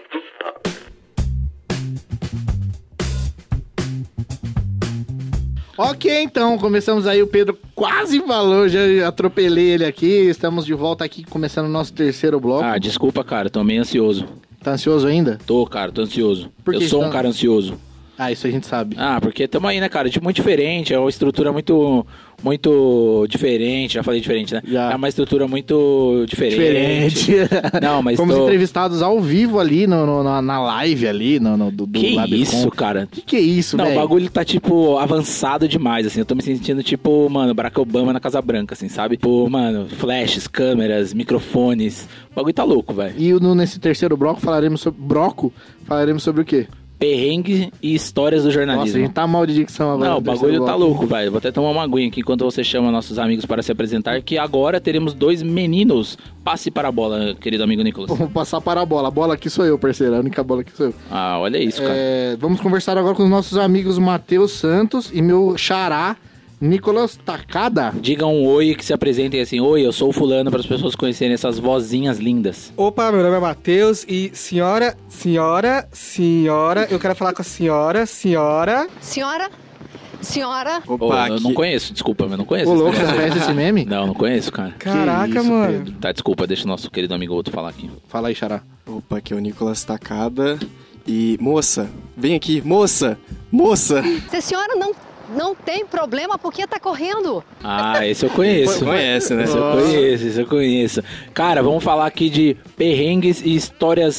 Ok, então, começamos aí, o Pedro quase falou, já atropelei ele aqui, estamos de volta aqui, começando o nosso terceiro bloco. Ah, desculpa, cara, tô meio ansioso. Tá ansioso ainda? Tô, cara, tô ansioso. Por que Eu sou tá- um cara ansioso. Ah, isso a gente sabe. Ah, porque tamo aí, né, cara? Tipo, muito diferente, é uma estrutura muito, muito diferente, já falei diferente, né? Já. É uma estrutura muito diferente. Diferente. Não, mas Fomos tô... entrevistados ao vivo ali, no, no- na, na live ali, no, no, do, do Que Labcom. isso, cara? Que que é isso, Não, velho? o bagulho tá, tipo, avançado demais, assim. Eu tô me sentindo, tipo, mano, Barack Obama na Casa Branca, assim, sabe? Pô, mano, flashes, câmeras, microfones. O bagulho tá louco, velho. E no- nesse terceiro bloco falaremos sobre... Broco, falaremos sobre o quê? Perrengue e histórias do jornalismo. Nossa, a gente tá mal de dicção agora. Não, no o bagulho terceiro tá bloco. louco, velho. Vou até tomar uma aguinha aqui enquanto você chama nossos amigos para se apresentar, que agora teremos dois meninos. Passe para a bola, querido amigo Nicolas. Vamos passar para a bola. A bola aqui sou eu, parceiro. A única bola aqui sou eu. Ah, olha isso, cara. É, vamos conversar agora com os nossos amigos Matheus Santos e meu xará, Nicolas Takada. Digam um oi, que se apresentem assim. Oi, eu sou o fulano, para as pessoas conhecerem essas vozinhas lindas. Opa, meu nome é Matheus e senhora, senhora, senhora, eu quero falar com a senhora, senhora. Senhora? Senhora? Ô, Opa, eu aqui. não conheço, desculpa, mas eu não conheço. Ô, esse louco, você negócio. não conhece esse meme? Não, não conheço, cara. Caraca, isso, mano. Pedro? Tá, desculpa, deixa o nosso querido amigo outro falar aqui. Fala aí, xará. Opa, aqui é o Nicolas Takada. E, moça, vem aqui, moça, moça. Se a senhora não, não tem problema, por que tá correndo? Ah, esse eu conheço. Conhece, né? Esse eu conheço, esse eu conheço. Cara, vamos falar aqui de perrengues e histórias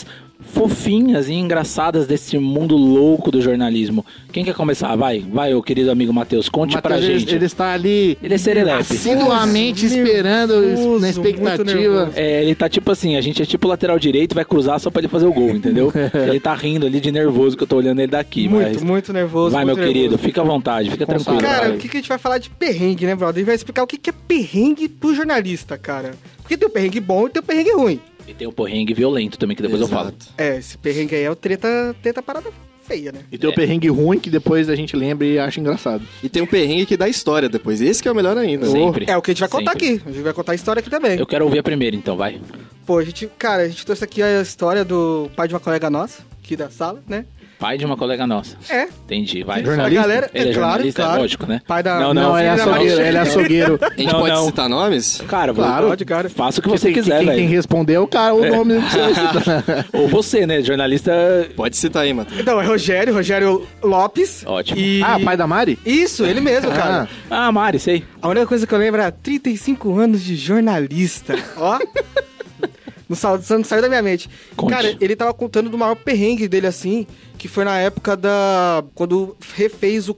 fofinhas e engraçadas desse mundo louco do jornalismo. Quem quer começar? Vai, vai, ô querido amigo Matheus, conte Mateus, pra ele, gente. ele está ali Ele é serelepe. assiduamente esperando, nervoso, na muito expectativa. É, ele tá tipo assim, a gente é tipo lateral direito, vai cruzar só pra ele fazer o gol, entendeu? Ele tá rindo ali de nervoso que eu tô olhando ele daqui. Muito, mas... muito nervoso. Vai, muito meu nervoso. querido, fica à vontade, fica tranquilo. Cara, vai. o que, que a gente vai falar de perrengue, né, brother? A gente vai explicar o que, que é perrengue pro jornalista, cara. Porque tem o perrengue bom e tem o perrengue ruim. E tem o perrengue violento também, que depois Exato. eu falo. É, esse perrengue aí é o treta, treta parada feia, né? E tem o perrengue ruim que depois a gente lembra e acha engraçado. E tem um perrengue que dá história depois. Esse que é o melhor ainda. Sempre. É o que a gente vai contar Sempre. aqui. A gente vai contar a história aqui também. Eu quero ouvir a primeira, então, vai. Pô, a gente, cara, a gente trouxe aqui a história do pai de uma colega nossa, aqui da sala, né? Pai de uma colega nossa. É. Entendi, vai. Jornalista? A galera, Ele é, é claro, jornalista, claro. é lógico, né? Pai da... Não, Não, não, ele é filho da açougueiro, Maria. ele é açougueiro. A gente Não, pode não. citar nomes? Cara, vou- Claro. Pode, cara. faça o que você Quem- quiser, quem, quem velho. responder é o cara, o nome do seu. Ou você, né? Jornalista. Pode citar aí, Matheus. Então, é Rogério, Rogério Lopes. Ótimo. E... Ah, pai da Mari? Isso, ele mesmo, cara. Ah, Mari, sei. A única coisa que eu lembro é trinta e cinco anos de jornalista. Ó. Não saiu, não saiu da minha mente. Conte. Cara, ele tava contando do maior perrengue dele, assim, que foi na época da... Quando refez o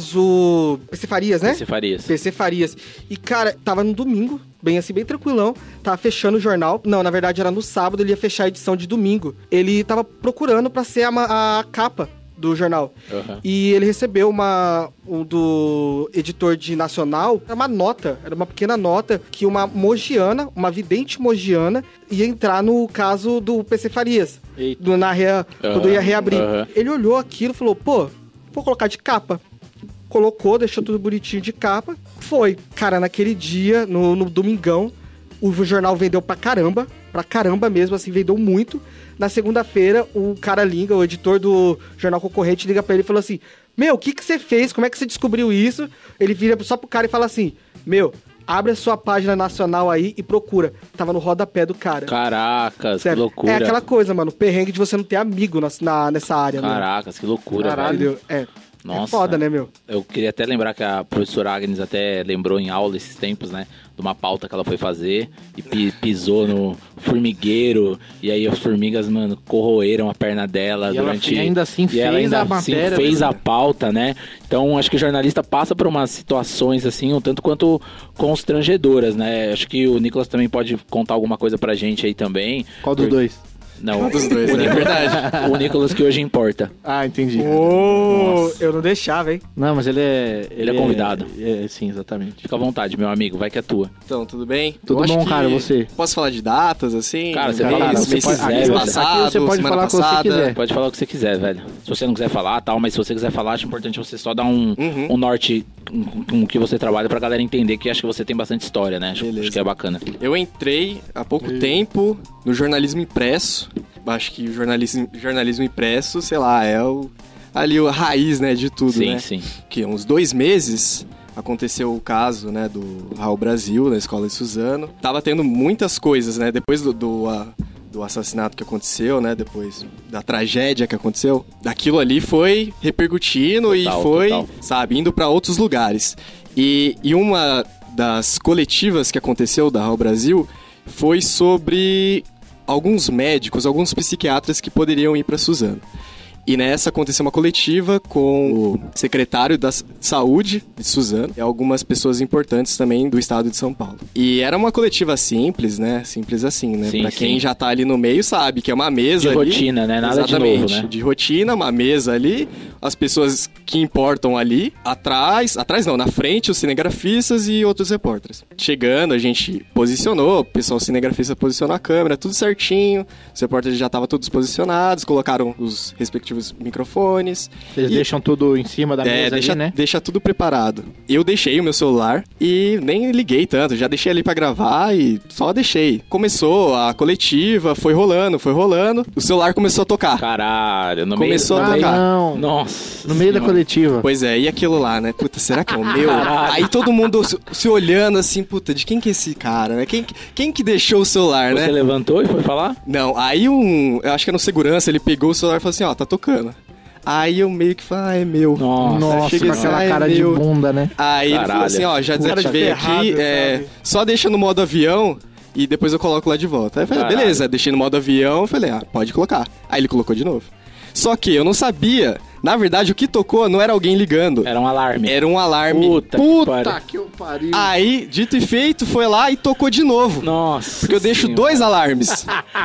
caso P C Farias, né? Você Farias. P C Farias. E, cara, tava no domingo, bem assim, bem tranquilão. Tava fechando o jornal. Não, na verdade era no sábado, ele ia fechar a edição de domingo. Ele tava procurando pra ser a, ma- a capa do jornal. Uhum. E ele recebeu uma um do editor de Nacional, era uma nota, era uma pequena nota que uma mogiana, uma vidente mogiana ia entrar no caso do P C Farias. Eita. Do, na rea, Uhum, quando ia reabrir. uhum. Ele olhou aquilo e falou, pô, vou colocar de capa. Colocou, deixou tudo bonitinho de capa. Foi. Cara, naquele dia, no, no domingão, o jornal vendeu pra caramba. Pra caramba mesmo, assim, vendeu muito. Na segunda-feira, o cara liga, o editor do jornal concorrente liga pra ele e fala assim, meu, o que que você fez? Como é que você descobriu isso? Ele vira só pro cara e fala assim, meu, abre a sua página nacional aí e procura. Tava no rodapé do cara. Caracas, Sério. que loucura. É aquela coisa, mano, o perrengue de você não ter amigo na, na- nessa área, né? Caracas, que loucura, Caralho, velho. é. Nossa. É foda, né, meu? Eu queria até lembrar que a professora Agnes até lembrou em aula esses tempos, né? De uma pauta que ela foi fazer e pi- pisou no formigueiro. E aí as formigas, mano, corroeram a perna dela E ela durante. fe- ainda assim e ela fez ainda a assim matéria, fez né? a pauta, né? Então acho que o jornalista passa por umas situações assim, um tanto quanto constrangedoras, né? Acho que o Nicolas também pode contar alguma coisa pra gente aí também. Qual dos Por- dois? Não, Dos dois, o, né? É Nicolas, verdade. o Nicolas que hoje importa. Ah, entendi. Ô, eu não deixava, hein? Não, mas ele é... Ele é convidado. É, sim, exatamente. Fica à vontade, meu amigo, vai que é tua. Então, tudo bem? Tudo Eu acho bom, que- cara, você? Posso falar de datas, assim? Cara, você Mês, fala- mês, você mês, pode- mês aqui você- passado, aqui você pode semana falar o que você passada. quiser. Pode falar o que você quiser, velho. Se você não quiser falar, tal, mas se você quiser falar, acho importante você só dar um, Uhum. um norte com com o que você trabalha pra galera entender que acho que você tem bastante história, né? Acho, Beleza. acho que é bacana. Eu entrei há pouco tempo no jornalismo impresso. Acho que o jornalismo, jornalismo impresso, sei lá, é o, ali a raiz, né, de tudo, Sim, né? sim. Que uns dois meses aconteceu o caso, né, do Raul Brasil, na escola de Suzano. Tava tendo muitas coisas, né, depois do, do, a- do assassinato que aconteceu, né, depois da tragédia que aconteceu. Daquilo ali foi repercutindo Total, e foi, total. sabe, indo pra outros lugares. E, e uma das coletivas que aconteceu da Raul Brasil foi sobre alguns médicos, alguns psiquiatras que poderiam ir para Suzano. E nessa aconteceu uma coletiva com o secretário da Saúde de Suzano e algumas pessoas importantes também do estado de São Paulo. E era uma coletiva simples, né? Simples assim, né? Sim, Pra quem sim. já tá ali no meio sabe que é uma mesa De ali. rotina, né? Nada de Exatamente, novo, né? de rotina, uma mesa ali, as pessoas que importam ali, atrás, atrás não, na frente, os cinegrafistas e outros repórteres. Chegando, a gente posicionou, o pessoal cinegrafista posicionou a câmera, tudo certinho, os repórteres já estavam todos posicionados, colocaram os respectivos microfones. Eles E- deixam tudo em cima da é, mesa deixa, ali, né? deixa tudo preparado. Eu deixei o meu celular e nem liguei tanto, já deixei ali pra gravar e só deixei. Começou a coletiva, foi rolando, foi rolando, o celular começou a tocar. Caralho, no Começou meio... a Ah, tocar. não. Nossa. No meio da Senhora. coletiva. Pois é, e aquilo lá, né? Puta, será que é o meu? Caralho. Aí todo mundo se, se olhando assim, puta, de quem que é esse cara, né? Quem, quem que deixou o celular, Você né? levantou e foi falar? Não, aí um, eu acho que era um segurança, ele pegou o celular e falou assim, ó, tá tocando. Aí eu meio que falei, ah, é meu. Nossa. Nossa, chega com assim, aquela ah, é cara de meu. bunda, né? Aí ele falou Caralho. assim, ó, já Cara de desativei ferrado, aqui, é, sabe? só deixa no modo avião e depois eu coloco lá de volta. Aí eu falei, Caralho. beleza, deixei no modo avião, falei, ah, pode colocar. Aí ele colocou de novo. Só que eu não sabia, na verdade o que tocou não era alguém ligando. Era um alarme. Era um alarme. Puta, Puta que eu pariu. Aí, dito e feito, foi lá e tocou de novo. Nossa. Porque eu deixo senhora. dois alarmes.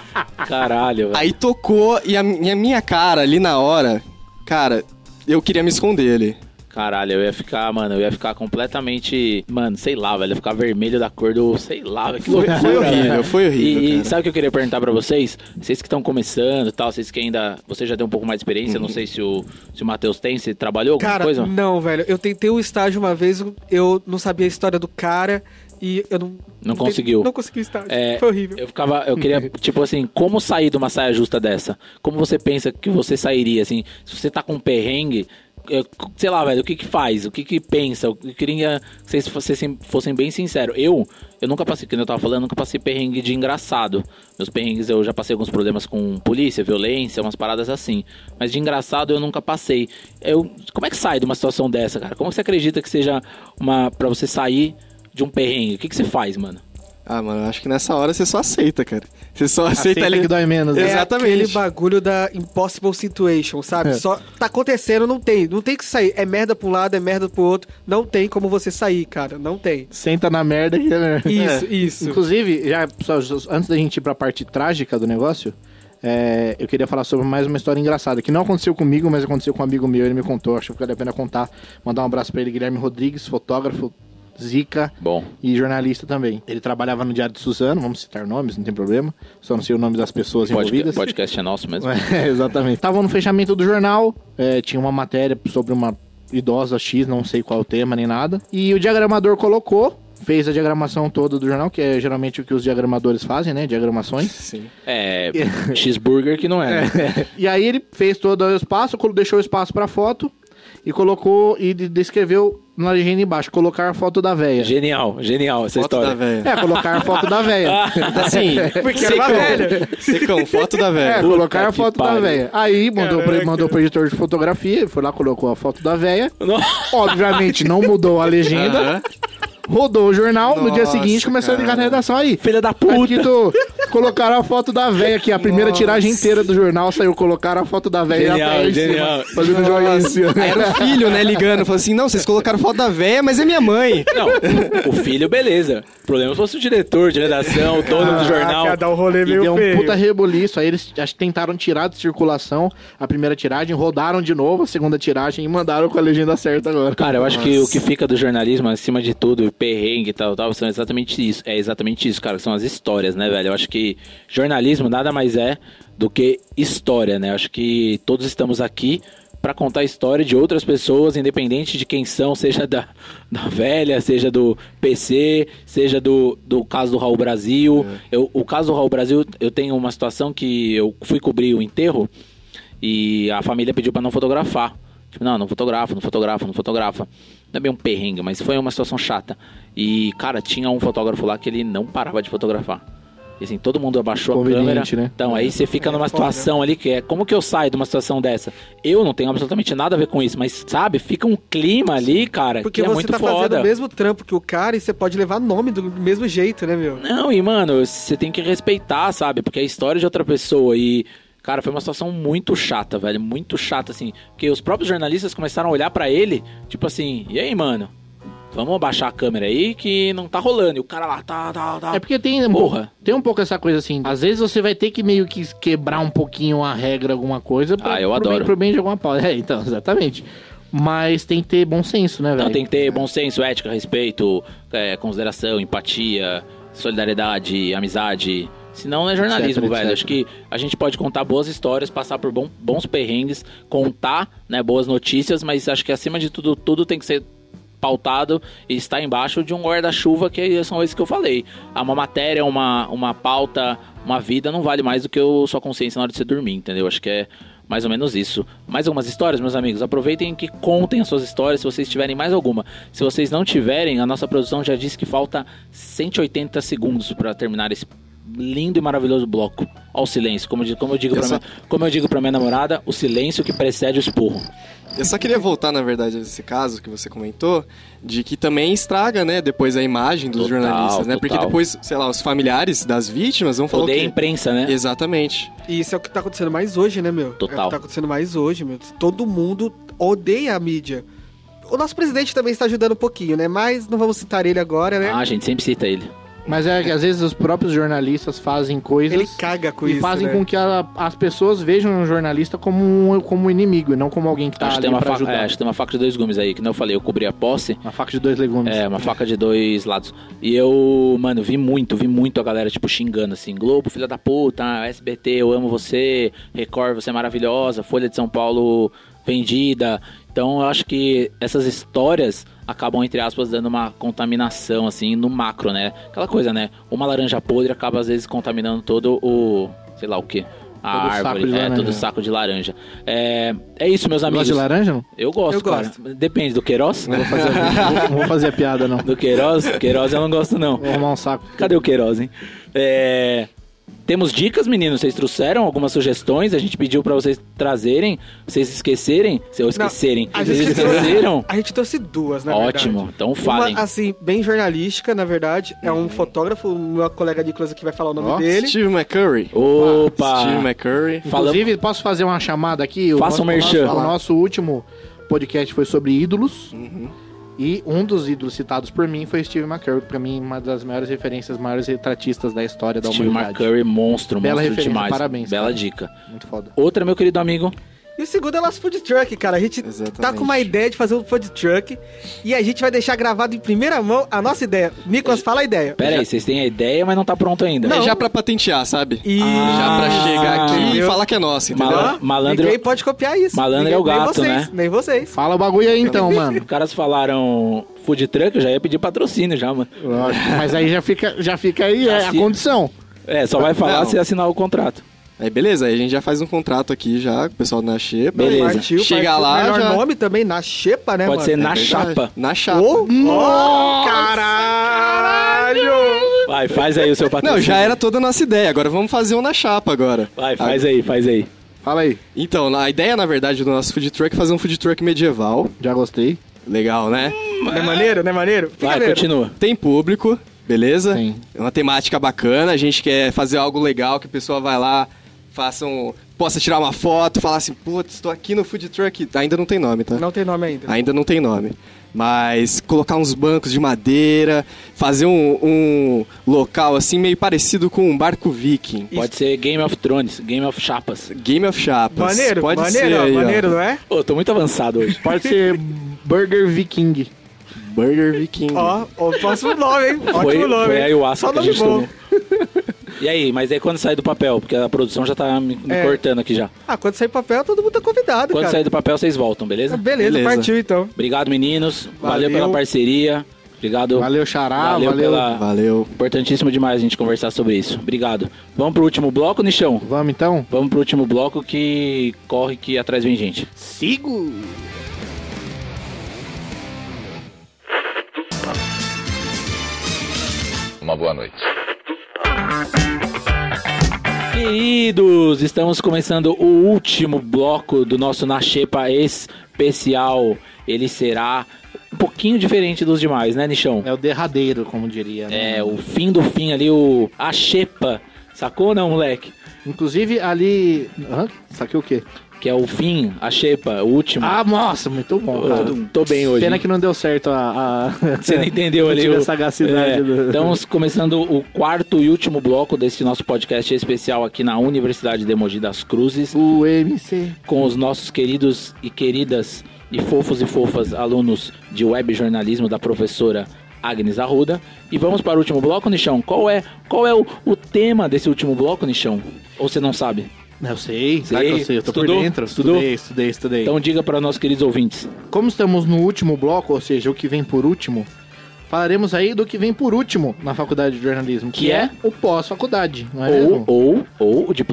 Caralho, velho. Aí tocou e a, e a minha cara ali na hora, cara, eu queria me esconder ali. Caralho, eu ia ficar, mano, eu ia ficar completamente, mano, sei lá, velho, eu ia ficar vermelho da cor do, sei lá, velho, que Foi, loucura, foi horrível, velho. foi horrível. E, e cara. sabe o que eu queria perguntar pra vocês? Vocês que estão começando e tal, vocês que ainda, você já tem um pouco mais de experiência, não sei se o, se o Matheus tem, você trabalhou alguma Cara, coisa? não, velho. Eu tentei o estágio uma vez, eu não sabia a história do cara e eu não... Não conseguiu. Não consegui o estágio. É, Foi horrível. Eu ficava, eu queria, tipo assim, como sair de uma saia justa dessa? Como você pensa que você sairia, assim, se você tá com um perrengue, eu, sei lá, velho, o que que faz? O que que pensa? Eu queria que vocês fossem, fossem bem sinceros. Eu, eu nunca passei, como eu tava falando, eu nunca passei perrengue de engraçado. Meus perrengues, eu já passei alguns problemas com polícia, violência, umas paradas assim. Mas de engraçado eu nunca passei. Eu, como é que sai de uma situação dessa, cara? Como você acredita que seja uma, pra você sair de um perrengue? O que que você faz, mano? Ah, mano, eu acho que nessa hora você só aceita, cara. Você só aceita, Aceita ali. que dói menos, né? É Exatamente. aquele bagulho da impossible situation, sabe? É. Só tá acontecendo, não tem. Não tem que sair. É merda pra um lado, é merda pro outro. Não tem como você sair, cara. Não tem. Senta na merda que é merda. Isso, isso. Inclusive, já, pessoal, antes da gente ir pra parte trágica do negócio, é, eu queria falar sobre mais uma história engraçada, que não aconteceu comigo, mas aconteceu com um amigo meu, ele me contou, acho que vale a pena contar. Mandar um abraço pra ele, Guilherme Rodrigues, fotógrafo, zica Bom. e jornalista também. Ele trabalhava no Diário de Suzano, vamos citar nomes, não tem problema, só não sei o nome das pessoas Podcast, envolvidas. podcast é nosso mesmo. É, exatamente. Tava no fechamento do jornal, é, tinha uma matéria sobre uma idosa X, não sei qual o tema nem nada, e o diagramador colocou, fez a diagramação toda do jornal, que é geralmente o que os diagramadores fazem, né? Diagramações. Sim. É, cheeseburger que não é. Né? E aí ele fez todo o espaço, deixou o espaço pra foto e colocou e descreveu na legenda embaixo, colocar a foto da véia. Genial, genial essa Foto história. da véia. É, colocar a foto da véia. Assim, Porque era uma velha. secão, foto da É, véia. colocar a que foto da pariu. véia. Aí mandou pro, Caraca. mandou pro editor de fotografia, ele foi lá, colocou a foto da véia. Não. Obviamente não mudou a legenda. Aham. Rodou o jornal, no dia Nossa, seguinte começou a ligar na cara. redação aí. Filha da puta. Aqui tô, colocaram a foto da véia aqui, a primeira Nossa. tiragem inteira do jornal saiu, colocaram a foto da véia Genial, e a véia em genial. cima, fazendo joinha em cima. Aí era o filho, né, ligando. Falou assim, não, vocês colocaram foto da véia, mas é minha mãe. Não, o filho, beleza. O problema fosse o diretor de redação, o dono do jornal. Quer dar um rolê E meio deu um feio. puta reboliço, aí eles acho que tentaram tirar de circulação a primeira tiragem, rodaram de novo a segunda tiragem e mandaram com a legenda certa agora. Cara, eu acho que o que fica do jornalismo, acima de tudo, perrengue e tal, tal, são exatamente isso. É exatamente isso, cara, são as histórias, né, velho? Eu acho que jornalismo nada mais é do que história, né? Eu acho que todos estamos aqui pra contar a história de outras pessoas, independente de quem são, seja da, da velha, seja do P C, seja do, do caso do Raul Brasil. Eu, o caso do Raul Brasil, eu tenho uma situação que eu fui cobrir o enterro e a família pediu pra não fotografar. Tipo, não, não fotografa, não fotografa, não fotografa. Não é bem um perrengue, mas foi uma situação chata. E, cara, tinha um fotógrafo lá que ele não parava de fotografar. E assim, todo mundo abaixou a Conveniente, câmera. né? Então, aí você fica É, numa foda. situação ali que é... Como que eu saio de uma situação dessa? Eu não tenho absolutamente nada a ver com isso, mas, sabe? Fica um clima ali, cara, Porque que é você muito tá fazendo foda. o mesmo trampo que o cara e você pode levar nome do mesmo jeito, né, meu? Não, e, mano, você tem que respeitar, sabe? Porque é a história de outra pessoa e... Cara, foi uma situação muito chata, velho. Muito chata, assim. Porque os próprios jornalistas começaram a olhar pra ele, tipo assim, e aí, mano? Vamos abaixar a câmera aí que não tá rolando. E o cara lá, tá, tá, tá. É porque tem um, Porra. pouco, tem um pouco essa coisa assim, às vezes você vai ter que meio que quebrar um pouquinho a regra, alguma coisa, pra, Ah, eu pro adoro. Bem, pro bem de alguma pauta. É, então, exatamente. Mas tem que ter bom senso, né, velho? Não, tem que ter bom senso, ética, respeito, é, consideração, empatia, solidariedade, amizade. Senão não é jornalismo, Etc, velho. etcétera. Acho que a gente pode contar boas histórias, passar por bom- bons perrengues, contar, né, boas notícias, mas acho que acima de tudo, tudo tem que ser pautado e estar embaixo de um guarda-chuva, que são esses que eu falei. Ah, uma matéria, uma, uma pauta, uma vida não vale mais do que a sua consciência na hora de você dormir, entendeu? Acho que é mais ou menos isso. Mais algumas histórias, meus amigos? Aproveitem que contem as suas histórias, se vocês tiverem mais alguma. Se vocês não tiverem, a nossa produção já disse que falta cento e oitenta segundos para terminar esse lindo e maravilhoso bloco. Ó o silêncio, como, eu digo- como, eu digo Eu pra só- minha, como eu digo pra minha namorada, o silêncio que precede o esporro. Eu só queria voltar, na verdade, a esse caso que você comentou, de que também estraga, né, depois a imagem dos Total, jornalistas, né? Porque total. depois, sei lá, os familiares das vítimas vão falar o Odeia a quê? imprensa, né? Exatamente. E isso é o que tá acontecendo mais hoje, né, meu? É o Total. que tá acontecendo mais hoje, meu. Todo mundo odeia a mídia. O nosso presidente também está ajudando um pouquinho, né? Mas não vamos citar ele agora, né? Ah, a gente sempre cita ele. Mas é que às vezes os próprios jornalistas fazem coisas Ele caga com e isso, fazem né? com que a- as pessoas vejam o jornalista como um, como um inimigo e não como alguém que tá acho, que ali tem uma pra faca, ajudar. é, acho que tem uma faca de dois gumes aí, que não eu falei, eu cobri a posse. Uma faca de dois legumes. É, uma faca de dois lados. E eu, mano, vi muito, vi muito a galera, tipo, xingando assim, Globo, filha da puta, S B T, eu amo você, Record, você é maravilhosa, Folha de São Paulo vendida. Então eu acho que essas histórias acabam, entre aspas, dando uma contaminação, assim, no macro, né? Aquela coisa, né? Uma laranja podre acaba, às vezes, contaminando todo o... sei lá o quê. A Todo saco árvore, de é, laranja. todo saco de laranja. É, é isso, meus amigos. Gosta de laranja, não? Eu gosto, Eu cara. gosto. Depende do Queiroz. Não vou fazer, não vou fazer a piada, não. Do Queiroz. Queiroz eu não gosto, não. Vou arrumar um saco. Cadê o Queiroz, hein? É... Temos dicas, meninos? Vocês trouxeram algumas sugestões? A gente pediu pra vocês trazerem. Vocês esquecerem? Se eu esquecerem. A Vocês gente esqueceram? A gente trouxe duas, na Ótimo. verdade. Então falem. Uma, assim, bem jornalística, na verdade. É um fotógrafo, o meu colega Nicolas aqui vai falar o nome Ó, dele. Steve McCurry. Opa! Steve McCurry. Inclusive, posso fazer uma chamada aqui? O Faça um nosso- merchan. O nosso, o nosso último podcast foi sobre ídolos. Uhum. E um dos ídolos citados por mim foi Steve McCurry. Pra mim, uma das maiores referências, maiores retratistas da história da Steve humanidade. McCurry, monstro, Bela monstro referência, demais. parabéns, Bela cara. dica. Muito foda. Outra, meu querido amigo. E o segundo é o nosso food truck, cara. A gente Exatamente. tá com uma ideia de fazer um food truck e a gente vai deixar gravado em primeira mão a nossa ideia. Nicolas, fala a ideia. Pera aí, vocês têm a ideia, mas não tá pronto ainda. É já pra patentear, sabe? E... Já pra chegar aqui e entendeu? falar que é nosso, entendeu? Mala- malandro, Ninguém pode copiar isso. Malandro Ninguém- é o nem gato, vocês, né? Nem vocês. Fala o bagulho aí então, mano. Os caras falaram food truck, eu já ia pedir patrocínio já, mano. Lógico. Mas aí já fica, já fica aí é, a Assim- condição. É, só vai falar Não. se assinar o contrato. Aí beleza, aí a gente já faz um contrato aqui já com o pessoal da Xepa. Beleza. Partiu, Chega partiu. lá, Melhor já- nome também, na Xepa, né, Pode mano? ser na É verdade. chapa. Na chapa. Ô, ó, caralho! Vai, faz aí o seu patrocínio. Não, já era toda a nossa ideia, agora vamos fazer um na chapa agora. Vai, faz aí, faz aí. Fala aí. Então, a ideia, na verdade, do nosso food truck é fazer um food truck medieval. Já gostei. Legal, né? Não é maneiro, não é maneiro? Fica Vai, maneiro. continua. Tem público, beleza? Sim. É uma temática bacana, a gente quer fazer algo legal, que a pessoa vai lá, faça um... possa tirar uma foto, falar assim, putz, estou aqui no food truck. Ainda não tem nome, tá? Não tem nome ainda. Ainda não tem nome. Mas colocar uns bancos de madeira, fazer um, um local assim meio parecido com um barco viking. Pode ser Game of Thrones, Game of Chapas. Game of Chapas. Maneiro, Pode maneiro, ser ó, aí, ó. maneiro, não é? Ô, tô muito avançado hoje. Pode ser Burger Viking. Burger Viking. Ó, ó, o próximo nome, hein? Ótimo Foi, nome, foi hein? a ayahuasca Só que a nome gente bom. tomou. E aí, mas aí quando sai do papel? Porque a produção já tá me, me É. cortando aqui já. Ah, quando sair papel, todo mundo tá convidado, Quando cara. sair do papel, vocês voltam, beleza? Beleza, Beleza. partiu então. Obrigado, meninos. Valeu, Valeu. pela parceria. Obrigado. Valeu, Xará. Valeu, Valeu. pela... Valeu. Importantíssimo demais a gente conversar sobre isso. Obrigado. Vamos pro último bloco, Nichão? Vamos então? Vamos pro último bloco que corre que atrás vem gente. Sigo. Uma boa noite. Queridos, estamos começando o último bloco do nosso Na Xepa especial. Ele será um pouquinho diferente dos demais, né, Nichão? É o derradeiro, como diria. Né? É, o fim do fim ali, o a Xepa. Sacou ou não, moleque? Inclusive ali... Hã? Saquei o quê? Que é o fim, a Xepa, o último. Ah, nossa, muito bom, Tô- cara. tô bem hoje. Pena hein? que não deu certo a... a... Você não entendeu Não ali tive o- a sagacidade É, do... Estamos começando o quarto e último bloco desse nosso podcast especial aqui na Universidade de Mogi das Cruzes. O M C. Com os nossos queridos e queridas e fofos e fofas alunos de web jornalismo da professora Agnes Arruda. E vamos para o último bloco, Nichão. Qual é, qual é o, o tema desse último bloco, Nichão? Ou você não sabe? Eu sei, Sei. sabe que eu sei, eu tô Estudou? por dentro. Estudou? Estudei, estudei, estudei. Então diga para nossos queridos ouvintes. Como estamos no último bloco, ou seja, o que vem por último, falaremos aí do que vem por último na faculdade de jornalismo, que, Que é? é? o pós-faculdade, não é Ou, mesmo? ou, ou o diploma.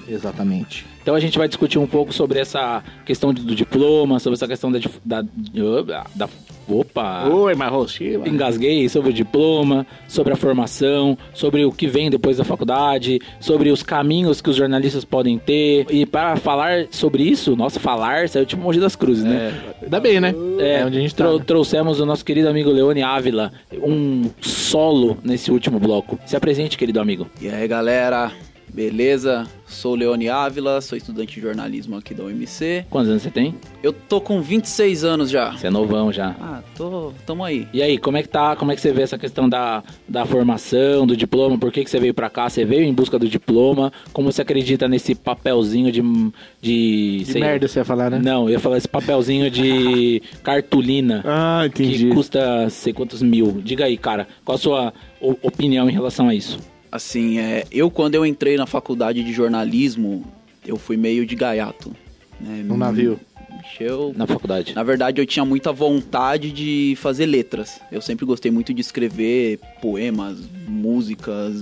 Exatamente. Então a gente vai discutir um pouco sobre essa questão do diploma, sobre essa questão da... da, da, da opa! Oi, Marrochiva. Engasguei sobre o diploma, sobre a formação, sobre o que vem depois da faculdade, sobre os caminhos que os jornalistas podem ter. E para falar sobre isso, nossa, falar, saiu tipo Mogi das Cruzes, né? É, ainda bem, né? É, é onde a gente tá, trou- né? Trouxemos o nosso querido amigo Leone Ávila, um solo nesse último bloco. Se apresente, querido amigo. E aí, galera, beleza? Sou o Leone Ávila, sou estudante de jornalismo aqui da U M C. Quantos anos você tem? Eu tô com vinte e seis anos já. Você é novão já. Ah, tô, tamo aí. E aí, como é que tá, como é que você vê essa questão da, da formação, do diploma? Por que, que você veio pra cá? Você veio em busca do diploma? Como você acredita nesse papelzinho de... De, De sei, merda você ia falar, né? Não, eu ia falar esse papelzinho de cartolina. Ah, entendi. Que custa sei quantos mil. Diga aí, cara, qual a sua o- opinião em relação a isso? Assim, é, eu quando eu entrei na faculdade de jornalismo, eu fui meio de gaiato. Né? No navio. Eu, na faculdade. Na verdade, eu tinha muita vontade de fazer letras. Eu sempre gostei muito de escrever poemas, músicas,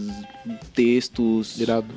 textos. Irado.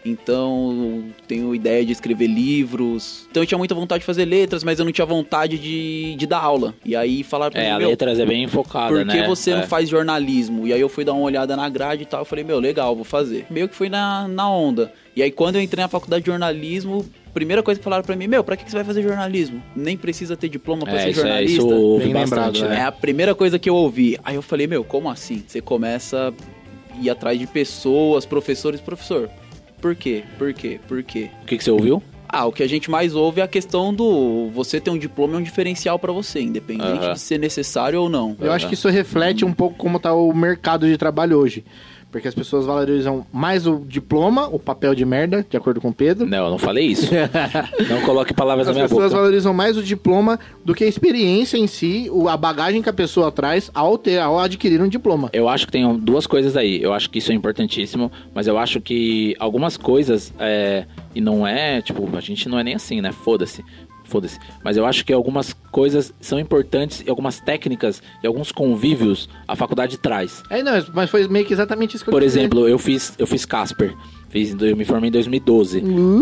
Então, tenho ideia de escrever livros. Então, eu tinha muita vontade de fazer letras, mas eu não tinha vontade de, de dar aula. E aí, falaram pra É, mim, a meu, letras é bem focada, por que né? você É. não faz jornalismo? E aí, eu fui dar uma olhada na grade e tal. Eu falei, meu, legal, vou fazer. Meio que fui na, na onda. E aí, quando eu entrei na faculdade de jornalismo, primeira coisa que falaram pra mim, meu, pra que que você vai fazer jornalismo? Nem precisa ter diploma pra É, ser isso é- jornalista. isso eu ouvi Bem bastante, lembrado, né? É a primeira coisa que eu ouvi. Aí eu falei, meu, como assim? Você começa a ir atrás de pessoas, professores, professor. Por quê? Por quê? Por quê? O que, que você ouviu? Ah, o que a gente mais ouve é a questão do você ter um diploma é um diferencial pra você, independente Aham. de ser necessário ou não. Eu acho que isso reflete um pouco como tá o mercado de trabalho hoje. Porque as pessoas valorizam mais o diploma, o papel de merda, de acordo com o Pedro. Não, eu não falei isso. Não coloque palavras As na minha pessoas boca. valorizam mais o diploma do que a experiência em si, o- a bagagem que a pessoa traz ao, ter, ao adquirir um diploma. Eu acho que tem duas coisas aí. Eu acho que isso é importantíssimo, mas eu acho que algumas coisas, é, e não é, tipo, a gente não é nem assim, né? Foda-se. Foda-se. Mas eu acho que algumas coisas são importantes e algumas técnicas e alguns convívios a faculdade traz. É, não, mas foi meio que exatamente isso que eu Por quis dizer. exemplo, eu fiz, eu fiz Casper. Fiz, eu me formei em dois mil e doze.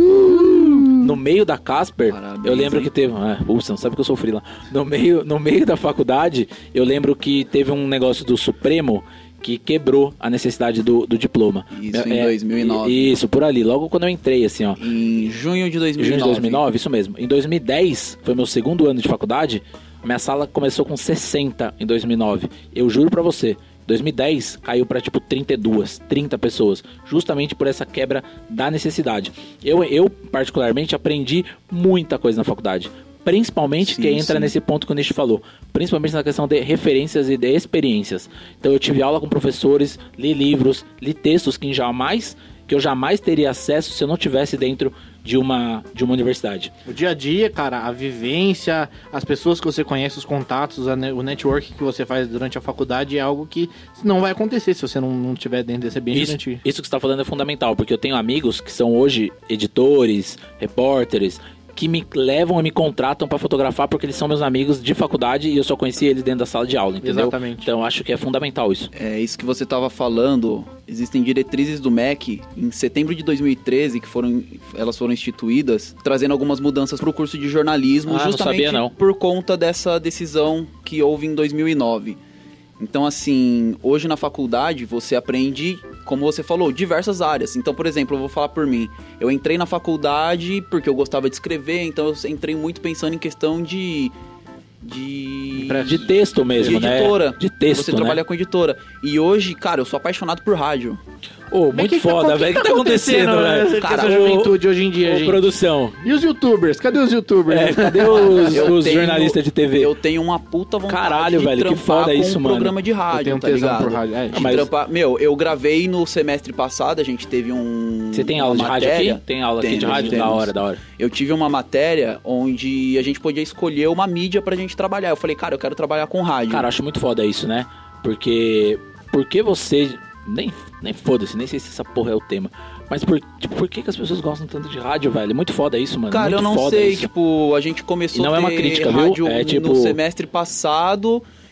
No meio da Casper, Parabéns, eu lembro hein? que teve... É, uh, você não sabe que eu sofri lá. No meio, no meio da faculdade, eu lembro que teve um negócio do Supremo que quebrou a necessidade do, do diploma. Isso em dois mil e nove. Isso, por ali. Logo quando eu entrei, assim, ó. Em junho de dois mil e nove. Junho de dois mil e nove, isso mesmo. Em dois mil e dez, foi meu segundo ano de faculdade, minha sala começou com sessenta em dois mil e nove. Eu juro pra você, dois mil e dez caiu pra tipo trinta e duas, trinta pessoas, justamente por essa quebra da necessidade. Eu, eu particularmente, aprendi muita coisa na faculdade. Principalmente Sim, que entra sim. nesse ponto que o Nish falou. Principalmente na questão de referências e de experiências. Então eu tive aula com professores, li livros, li textos que jamais, que eu jamais teria acesso se eu não tivesse dentro de uma, de uma universidade. O dia a dia, cara, a vivência, as pessoas que você conhece, os contatos, a ne- o network que você faz durante a faculdade é algo que não vai acontecer se você não, não estiver dentro desse ambiente. Isso, durante- isso que você está falando é fundamental, porque eu tenho amigos que são hoje editores, repórteres, que me levam e me contratam para fotografar porque eles são meus amigos de faculdade e eu só conheci eles dentro da sala de aula, entendeu? Exatamente. Então eu acho que é fundamental isso. É isso que você estava falando. Existem diretrizes do M E C em setembro de dois mil e treze que foram, elas foram instituídas, trazendo algumas mudanças para o curso de jornalismo, Ah, não justamente sabia, não. por conta dessa decisão que houve em dois mil e nove. Então, assim, hoje na faculdade você aprende, como você falou, diversas áreas. Então, por exemplo, eu vou falar por mim. Eu entrei na faculdade porque eu gostava de escrever, então eu entrei muito pensando em questão de... De... De texto mesmo, de né? editora. De texto, Você né? trabalhar com editora. E hoje, cara, eu sou apaixonado por rádio. Ô, muito que que tá- foda, que velho. O que que tá tá acontecendo, acontecendo, velho? né, com essa juventude hoje em dia, ô, gente? produção. E os youtubers? Cadê os youtubers? É, cadê os, Eu os tenho- jornalistas de T V? Eu tenho uma puta vontade Caralho, de velho, que trampar foda com isso, um mano. programa de rádio, Eu tenho um tá tesão ligado? por rádio, é. De Mas- trampar- Meu, eu gravei no semestre passado, a gente teve um... Você tem aula uma de rádio matéria. aqui? Tem aula aqui de Temos, rádio? Da temos. hora, da hora. Eu tive uma matéria onde a gente podia escolher uma mídia pra gente trabalhar. Eu falei, cara, eu quero trabalhar com rádio. Cara, eu acho muito foda isso, né? Porque... Por que você... Nem, nem foda-se, nem sei se essa porra é o tema. Mas por, tipo, por que, que as pessoas gostam tanto de rádio, velho? É muito foda isso, mano. Cara, muito eu não foda sei, isso. tipo, a gente começou E não a é ter uma crítica, viu? rádio É tipo- no semestre passado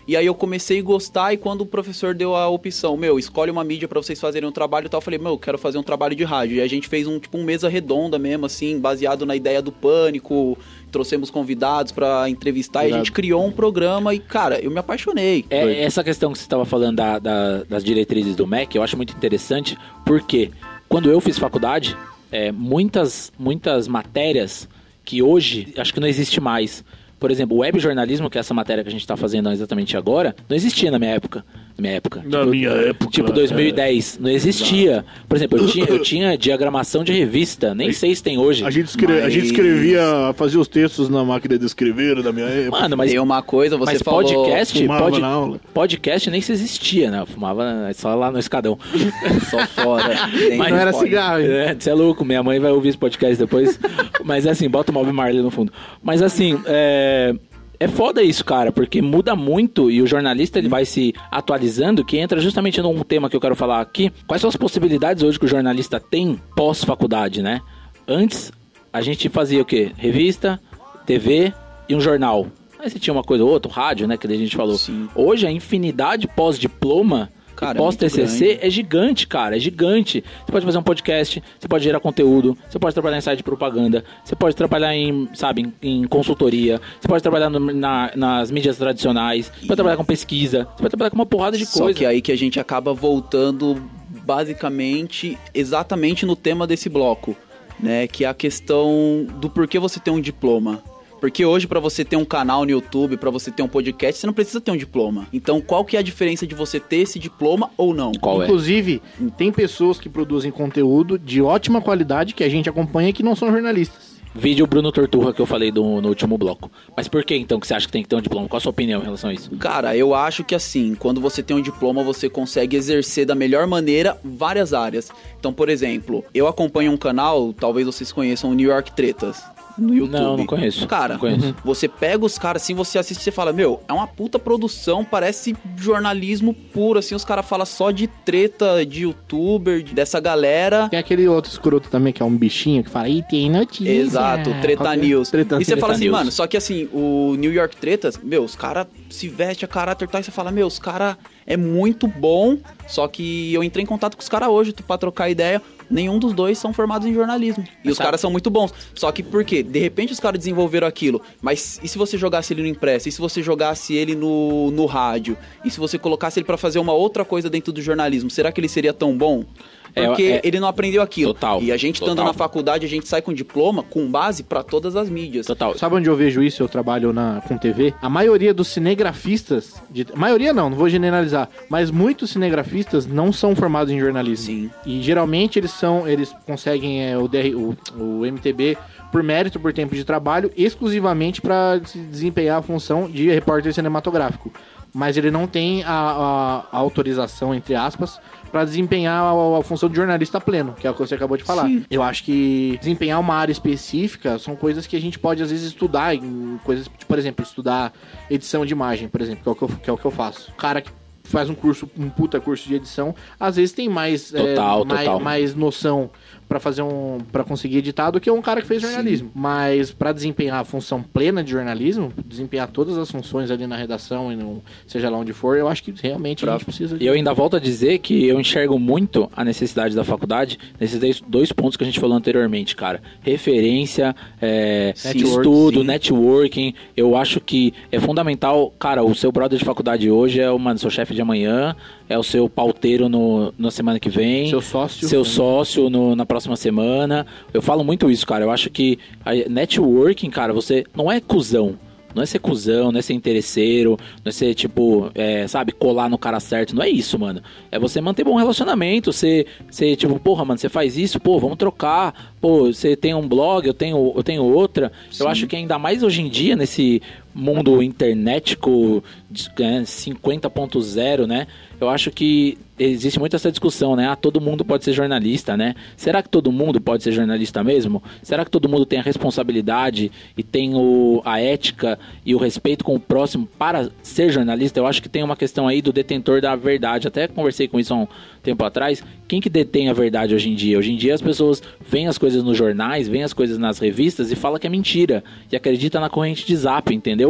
E aí eu comecei a gostar e quando o professor deu a opção, meu, escolhe uma mídia pra vocês fazerem um trabalho e tal, eu falei, meu, eu quero fazer um trabalho de rádio. E a gente fez um, tipo, um mesa redonda mesmo, assim, baseado na ideia do Pânico, trouxemos convidados pra entrevistar Exato. E a gente criou um programa e, cara, eu me apaixonei. É, essa questão que você estava falando da, da, das diretrizes do M E C, eu acho muito interessante, porque quando eu fiz faculdade, é, muitas, muitas matérias que hoje acho que não existe mais. Por exemplo, o webjornalismo, que é essa matéria que a gente está fazendo exatamente agora, não existia na minha época. Na minha época. Na tipo, minha época. Tipo dois mil e dez. É. Não existia. Por exemplo, eu tinha, eu tinha diagramação de revista. Nem sei se tem hoje. A gente, escreve, mas... a gente escrevia, fazia os textos na máquina de escrever na minha época. Mano, mas tem uma coisa, você mas falou... podcast, pod, na aula. podcast nem se existia, né? Eu fumava só lá no escadão. Só fora. Mas não era pode. Cigarro. É, você é louco. Minha mãe vai ouvir esse podcast depois. Mas assim, bota o Bob Marley no fundo. Mas assim, é... É foda isso, cara, porque muda muito e o jornalista ele vai se atualizando, que entra justamente num tema que eu quero falar aqui. Quais são as possibilidades hoje que o jornalista tem pós-faculdade, né? Antes, a gente fazia o quê? Revista, T V e um jornal. Aí você tinha uma coisa ou outra, um rádio, né, que a gente falou. Sim. Hoje, a infinidade pós-diploma... Cara, pós-T C C é, é gigante, cara, é gigante. Você pode fazer um podcast, você pode gerar conteúdo, você pode trabalhar em site de propaganda, você pode trabalhar em, sabe, em, em consultoria, você pode trabalhar no, na, nas mídias tradicionais, você pode trabalhar com pesquisa, você pode trabalhar com uma porrada de Só coisa. Só que aí que a gente acaba voltando basicamente exatamente no tema desse bloco, né, que é a questão do porquê você tem um diploma. Porque hoje, pra você ter um canal no YouTube, pra você ter um podcast, você não precisa ter um diploma. Então, qual que é a diferença de você ter esse diploma ou não? Qual Inclusive, é? tem pessoas que produzem conteúdo de ótima qualidade que a gente acompanha que não são jornalistas. Vídeo Bruno Torturra que eu falei do, no último bloco. Mas por que, então, que você acha que tem que ter um diploma? Qual a sua opinião em relação a isso? Cara, eu acho que assim, quando você tem um diploma, você consegue exercer da melhor maneira várias áreas. Então, por exemplo, eu acompanho um canal, talvez vocês conheçam, o New York Tretas. No YouTube. Não, não conheço. Cara, não conheço. Você pega os caras assim, você assiste e você fala, meu, é uma puta produção, parece jornalismo puro, assim, os caras falam só de treta, de youtuber, dessa galera. Tem aquele outro escroto também, que é um bichinho, que fala, ih, tem notícia. Exato, Treta News. Treta, e você treta fala assim, news. mano, só que assim, o New York Tretas, meu, os caras se vestem a caráter tal, e você fala, meu, os caras é muito bom, só que eu entrei em contato com os caras hoje pra trocar ideia. Nenhum dos dois são formados em jornalismo. E mas os sabe. caras são muito bons. Só que por quê? De repente os caras desenvolveram aquilo. Mas e se você jogasse ele no impresso? E se você jogasse ele no, no rádio? E se você colocasse ele pra fazer uma outra coisa dentro do jornalismo? Será que ele seria tão bom? Porque é, é, ele não aprendeu aquilo. Total. E a gente estando total. na faculdade, a gente sai com diploma com base pra todas as mídias. Total. Sabe onde eu vejo isso? Eu trabalho na, com T V. A maioria dos cinegrafistas... De, maioria não, não vou generalizar. Mas muitos cinegrafistas não são formados em jornalismo. Sim. E geralmente eles são... Eles conseguem é, o, D R, o, o M T B por mérito, por tempo de trabalho, exclusivamente para desempenhar a função de repórter cinematográfico. Mas ele não tem a, a, a autorização, entre aspas, para desempenhar a, a função de jornalista pleno, que é o que você acabou de falar. Sim. Eu acho que desempenhar uma área específica são coisas que a gente pode, às vezes, estudar em coisas, tipo, por exemplo, estudar edição de imagem, por exemplo, que é o que eu, que é o que eu faço. O cara que faz um curso, um puta curso de edição, às vezes tem mais, total, é, total. mais, mais noção para fazer um para conseguir editar do que um cara que fez jornalismo. Sim. Mas para desempenhar a função plena de jornalismo, desempenhar todas as funções ali na redação e no, seja lá onde for, eu acho que realmente pra... a gente precisa de... E eu ainda volto a dizer que eu enxergo muito a necessidade da faculdade nesses dois pontos que a gente falou anteriormente, cara. Referência, é, Network, estudo, sim. networking. Eu acho que é fundamental, cara, o seu brother de faculdade hoje é o, mano, seu chefe de amanhã, é o seu pauteiro no, na semana que vem. Seu sócio. Seu sócio no, na próxima semana. Eu falo muito isso, cara. Eu acho que a networking, cara, você não é cuzão. Não é ser cuzão, não é ser interesseiro, não é ser, tipo, é, sabe, colar no cara certo. Não é isso, mano. É você manter bom relacionamento. Você, você, tipo, porra, mano, você faz isso, pô, vamos trocar. Pô, você tem um blog, eu tenho, eu tenho outra. Sim. Eu acho que ainda mais hoje em dia, nesse mundo internetico cinquenta ponto zero, né? Eu acho que existe muito essa discussão, né? Ah, todo mundo pode ser jornalista, né? Será que todo mundo pode ser jornalista mesmo? Será que todo mundo tem a responsabilidade e tem o, a ética e o respeito com o próximo para ser jornalista? Eu acho que tem uma questão aí do detentor da verdade. Até conversei com isso há um tempo atrás. Quem que detém a verdade hoje em dia? Hoje em dia as pessoas veem as coisas nos jornais, veem as coisas nas revistas e falam que é mentira. E acredita na corrente de Zap, entendeu?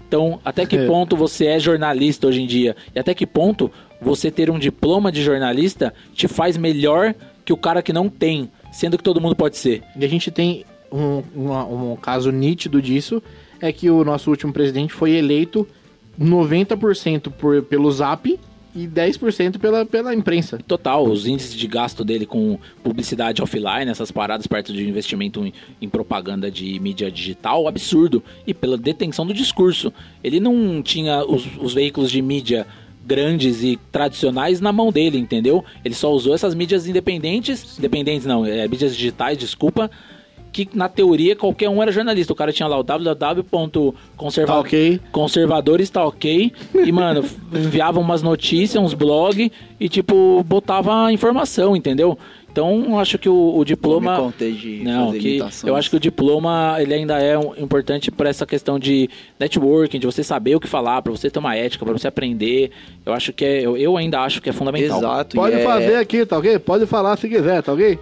Então, até que É. ponto você é jornalista hoje em dia? E até que ponto você ter um diploma de jornalista te faz melhor que o cara que não tem, sendo que todo mundo pode ser? E a gente tem um, um, um caso nítido disso, é que o nosso último presidente foi eleito noventa por cento por, pelo Zap e dez por cento pela, pela imprensa. Total, os índices de gasto dele com publicidade offline, essas paradas perto de investimento em, em propaganda de mídia digital, absurdo. E pela detenção do discurso. Ele não tinha os, os veículos de mídia grandes e tradicionais na mão dele, entendeu? Ele só usou essas mídias independentes, independentes não, é, mídias digitais, desculpa, que na teoria qualquer um era jornalista. O cara tinha lá o w w w ponto conserva- ok. conservadores tá ok, e mano, enviava umas notícias, uns blogs e tipo, botava informação, entendeu? Então, acho que o, o diploma... Vou me conter de Não, fazer que imitações. eu acho que o diploma, ele ainda é um, importante para essa questão de networking, de você saber o que falar, para você ter uma ética, para você aprender. Eu acho que é, eu, eu ainda acho que é fundamental. Exato. Pode e é- fazer aqui, tá ok? Pode falar se quiser, tá ok?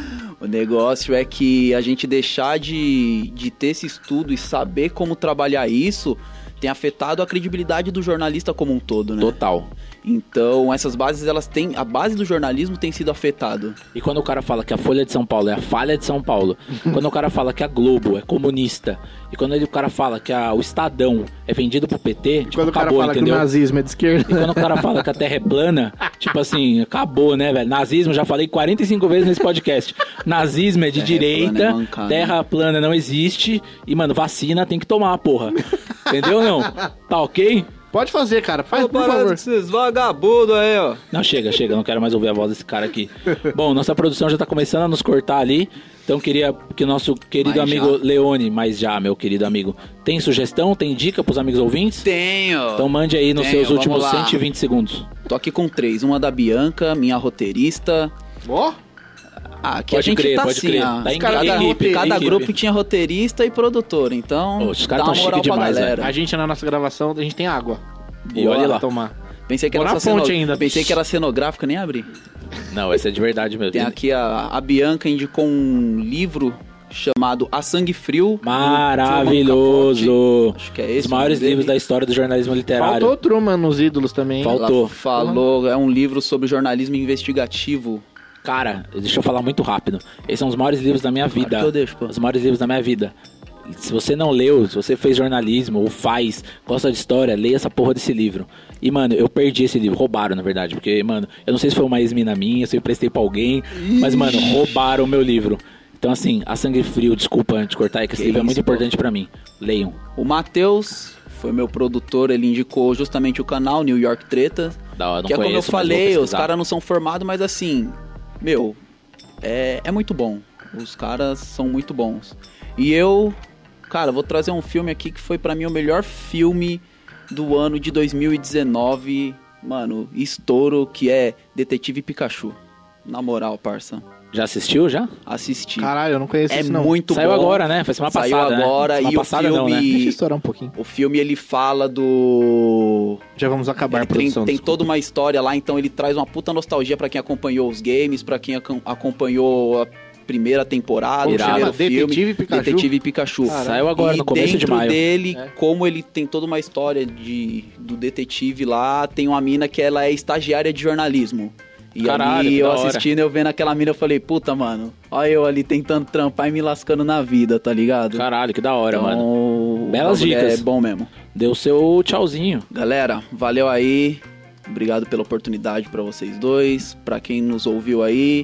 O negócio é que a gente deixar de, de ter esse estudo e saber como trabalhar isso tem afetado a credibilidade do jornalista como um todo, né? Total. Então, essas bases, elas têm... A base do jornalismo tem sido afetado. E quando o cara fala que a Folha de São Paulo é a falha de São Paulo, quando o cara fala que a Globo é comunista, e quando ele- o cara fala que a, o Estadão é vendido pro P T, tipo, Quando o cara acabou, fala entendeu? que o nazismo é de esquerda. E quando o cara fala que a Terra é plana, tipo assim, acabou, né, velho? Nazismo, já falei quarenta e cinco vezes nesse podcast. Nazismo é de Terra direita, plana é mancada. terra plana não existe, e, mano, vacina tem que tomar, porra. Entendeu ou não? Tá ok? Pode fazer, cara. Faz, por favor. Esses vagabundos aí, ó. Não, chega, chega, não quero mais ouvir a voz desse cara aqui. Bom, nossa produção já tá começando a nos cortar ali, então queria que o nosso querido Mas amigo já. Leone, mas já, meu querido amigo, tem sugestão, tem dica pros amigos ouvintes? Tenho. Então mande aí nos Tenho, seus vamos últimos lá. cento e vinte segundos. Tô aqui com três. Uma da Bianca, minha roteirista. Ó, Ah, aqui Pode a gente crer, tá pode assim, crer. ó. Tá em cada equipe, cada equipe. grupo tinha roteirista e produtor, então Ô, os caras dá tão uma moral chique pra demais, galera. a gente na nossa gravação, a gente tem água. E olha lá. Tomar. Pensei que Vou era na só fonte ceno- ainda. Pensei que era cenográfica, nem abri. Não, esse é de verdade mesmo. Tem aqui a, a Bianca indicou um livro chamado A Sangue Frio. do Truman Maravilhoso. Capote. Acho que é esse. Os maiores o nome livros da dele. história do jornalismo literário. Faltou o Truman nos ídolos também. Faltou. Ela Faltou. falou, é um livro sobre jornalismo investigativo. Cara, deixa eu falar muito rápido. Esses são os maiores livros da minha vida. que eu deixo, pô. Os maiores livros da minha vida. Se você não leu, se você fez jornalismo ou faz, gosta de história, leia essa porra desse livro. E, mano, eu perdi esse livro. Roubaram, na verdade. Porque, mano, eu não sei se foi uma ex-mina minha, se eu emprestei pra alguém. Mas, mano, roubaram o meu livro. Então, assim, A Sangue Frio, desculpa antes de cortar, é que esse Que livro é isso, muito pô. importante pra mim. Leiam. O Matheus foi meu produtor, ele indicou justamente o canal New York Treta. Da hora, não que é como eu conheço, mas vou falei, os pesquisar. caras não são formados, mas assim, meu, é, é muito bom. Os caras são muito bons. E eu, cara, vou trazer um filme aqui que foi pra mim o melhor filme do ano de dois mil e dezenove. Mano, estouro, que é Detetive Pikachu. Na moral, parça. Já assistiu, já? Assisti. Caralho, eu não conheço É isso não. muito Saiu bom. agora, né? Foi semana Saiu passada, né? agora Semana e passada o não, filme... né? Deixa eu estourar um pouquinho. O filme, ele fala do... Já vamos acabar Ele a produção. tem, tem desculpa. toda uma história lá, então ele traz uma puta nostalgia pra quem acompanhou os games, pra quem ac- acompanhou a primeira temporada, o Como chama? primeiro filme. Detetive Pikachu? Detetive Pikachu. Caralho. Saiu agora, e no começo de dentro maio. dele, É. como ele tem toda uma história de, do detetive lá, tem uma mina que ela é estagiária de jornalismo. E Caralho, ali que eu da hora. assistindo, eu vendo aquela mina, eu falei, puta, mano, olha eu ali tentando trampar e me lascando na vida, tá ligado? Caralho, que da hora, Então, mano. o Belas bagulho dicas. É bom mesmo. Deu seu tchauzinho. Galera, valeu aí. Obrigado pela oportunidade pra vocês dois, pra quem nos ouviu aí.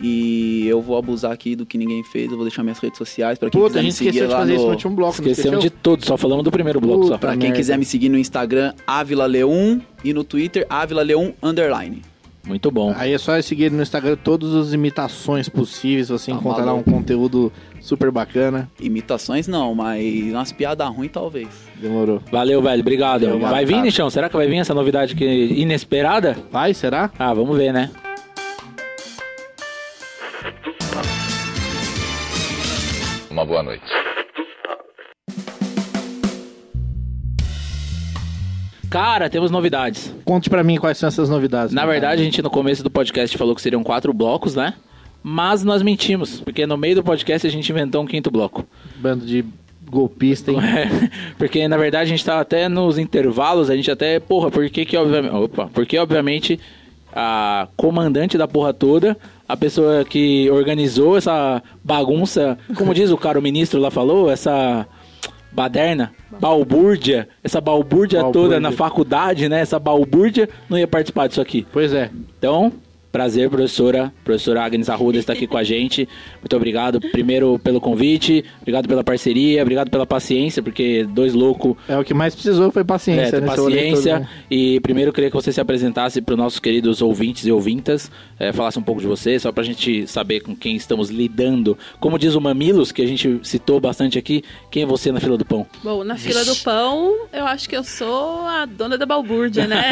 E eu vou abusar aqui do que ninguém fez. Eu vou deixar minhas redes sociais pra quem Puta, quiser a me gente seguir esqueceu de lá fazer isso no no... último bloco, não Esquecemos de esqueceu? tudo, só falamos do primeiro bloco só. Pra quem merda. quiser me seguir no Instagram, avilaleum, e no Twitter, avilaleum underline. Muito bom. Aí é só seguir no Instagram todas as imitações possíveis, você Tá encontrará um maluco. conteúdo super bacana. Imitações não, mas umas piadas ruins talvez. Demorou. Valeu, velho. Obrigado. Valeu, Vai vir, cara. Nichão? Será que vai vir essa novidade que inesperada? Vai, será? Ah, vamos ver, né? Uma boa noite. Cara, temos novidades. Conte pra mim quais são essas novidades. Na meu verdade, cara. a gente no começo do podcast falou que seriam quatro blocos, né? Mas nós mentimos, porque no meio do podcast a gente inventou um quinto bloco. Bando de Golpista, hein? É, porque, na verdade, a gente tá até nos intervalos, a gente até, porra, por que que, obviamente, opa, porque, obviamente, a comandante da porra toda, a pessoa que organizou essa bagunça, como diz o cara, o ministro lá falou, essa baderna, balbúrdia, essa balbúrdia, balbúrdia toda na faculdade, né, essa balbúrdia, não ia participar disso aqui. Pois é. Então... Prazer, professora. Professora Agnes Arruda está aqui com a gente. Muito obrigado, primeiro, pelo convite. Obrigado pela parceria. Obrigado pela paciência, porque dois loucos... É, o que mais precisou foi paciência. É, né? paciência. E primeiro eu queria que você se apresentasse para os nossos queridos ouvintes e ouvintas. É, falasse um pouco de você, só para a gente saber com quem estamos lidando. Como diz o Mamilos, que a gente citou bastante aqui, quem é você na fila do pão? Bom, na fila do pão, eu acho que eu sou a dona da balbúrdia, né?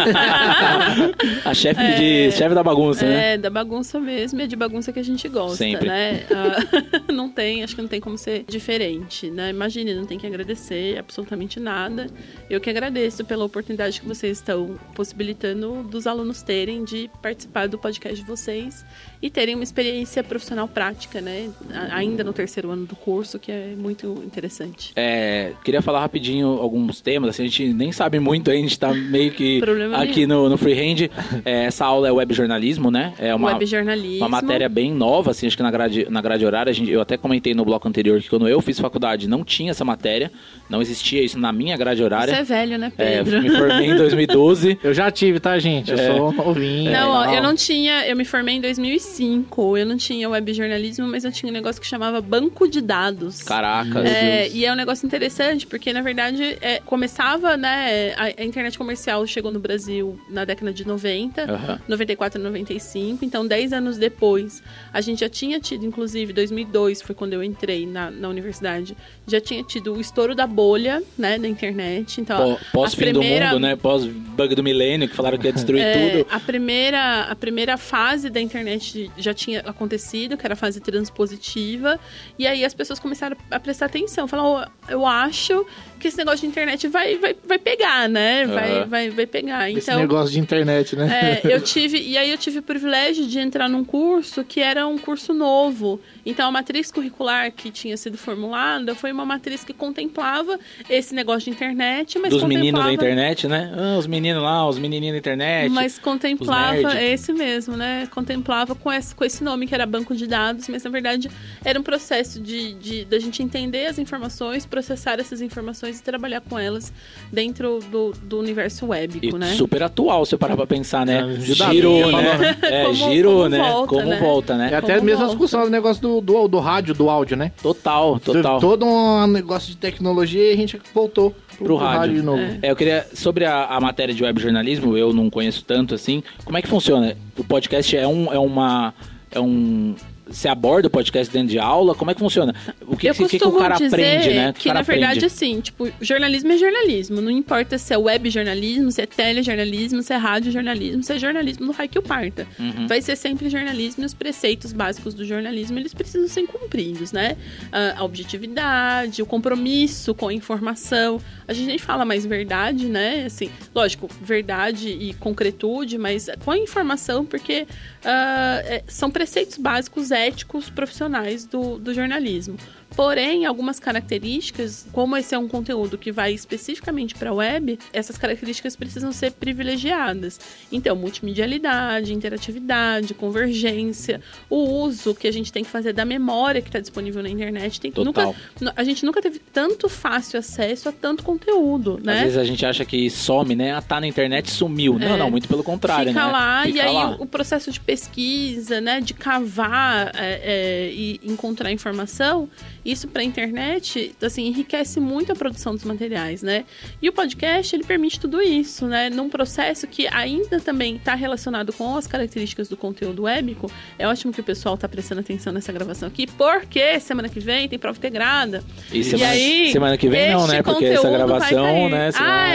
A chefe é, de chefe da bagunça. É, da bagunça mesmo, e é de bagunça que a gente gosta, Sempre. né? Ah, não tem, acho que não tem como ser diferente, né? Imagine, não tem que agradecer absolutamente nada. Eu que agradeço pela oportunidade que vocês estão possibilitando dos alunos terem de participar do podcast de vocês e terem uma experiência profissional prática, né? Ainda no terceiro ano do curso, que é muito interessante. É, queria falar rapidinho alguns temas, assim, a gente nem sabe muito, a gente tá meio que Problema aqui no, no Freehand. É, essa aula é web jornalismo, né? É uma, web jornalismo. Uma matéria bem nova, assim, acho que na grade, na grade horária, a gente, eu até comentei no bloco anterior que quando eu fiz faculdade não tinha essa matéria, não existia isso na minha grade horária. Você é velho, né, Pedro? É, me formei em dois mil e doze. Eu já tive, tá, gente? Eu é. sou novinho. Não, ó, não. eu não tinha, eu me formei em dois mil e cinco, eu não tinha web jornalismo, mas eu tinha um negócio que chamava banco de dados. Caraca, é, e é um negócio interessante, porque na verdade é, começava, né, a, a internet comercial chegou no Brasil na década de noventa, Uhum. noventa e quatro, noventa e cinco, então dez anos depois, a gente já tinha tido, inclusive, dois mil e dois foi quando eu entrei na, na universidade, já tinha tido o estouro da bolha, né, da internet. Então, pós-fim primeira... do mundo, né, pós-bug do milênio, que falaram que ia destruir é, tudo. A primeira, a primeira fase da internet já tinha acontecido, que era a fase transpositiva, e aí as pessoas começaram a prestar atenção, falaram, oh, eu acho que esse negócio de internet vai, vai, vai pegar, né, vai, uhum. vai, vai pegar. Esse então, negócio de internet, né? É, eu tive, e aí eu tive o privilégio de entrar num curso que era um curso novo. Então, a matriz curricular que tinha sido formulada foi uma matriz que contemplava esse negócio de internet, mas Dos contemplava... meninos da internet, né? Ah, os meninos lá, os menininhos da internet. Mas contemplava, esse mesmo, né? Contemplava com esse, com esse nome que era banco de dados, mas na verdade era um processo de, de, de a gente entender as informações, processar essas informações e trabalhar com elas dentro do, do universo wébico, e né? super atual, se parar pra pensar, né? É, girou, né? É, como, girou, como né? Volta, como né? volta, né? É até Como mesmo a volta. discussão do negócio do, do, do rádio, do áudio, né? Total, total. Todo um negócio de tecnologia e a gente voltou pro, Pro pro rádio. rádio de novo. É. É, eu queria, sobre a, a matéria de web jornalismo, eu não conheço tanto assim. Como é que funciona? O podcast é um, é uma, é um, você aborda o podcast dentro de aula? Como é que funciona? O que, eu que, que, que o costumo cara dizer aprende, né? que, na verdade, assim, tipo, jornalismo é jornalismo. Não importa se é web jornalismo, se é telejornalismo, se é rádio jornalismo, se é jornalismo no raio que o parta. Uhum. Vai ser sempre jornalismo e os preceitos básicos do jornalismo, eles precisam ser cumpridos, né? A objetividade, o compromisso com a informação. A gente nem fala mais verdade, né? Assim, lógico, verdade e concretude, mas com a informação, porque uh, é, são preceitos básicos éticos profissionais do, do jornalismo. Porém, algumas características, como esse é um conteúdo que vai especificamente para a web, essas características precisam ser privilegiadas. Então, multimedialidade, interatividade, convergência, o uso que a gente tem que fazer da memória que está disponível na internet. Tem, nunca, a gente nunca teve tanto fácil acesso a tanto conteúdo, né? Às vezes a gente acha que some, né? Ah, tá na internet, sumiu. É. Não, não, muito pelo contrário, Fica né? lá, Fica e aí lá. O, o processo de pesquisa, né, de cavar é, é, e encontrar informação, isso para a internet, assim, enriquece muito a produção dos materiais, né? E o podcast, ele permite tudo isso, né? Num processo que ainda também está relacionado com as características do conteúdo wébico. É ótimo que o pessoal está prestando atenção nessa gravação aqui, porque semana que vem tem prova integrada. E semana, e aí, semana que vem não, né? Porque essa gravação, né? Semana... Ah,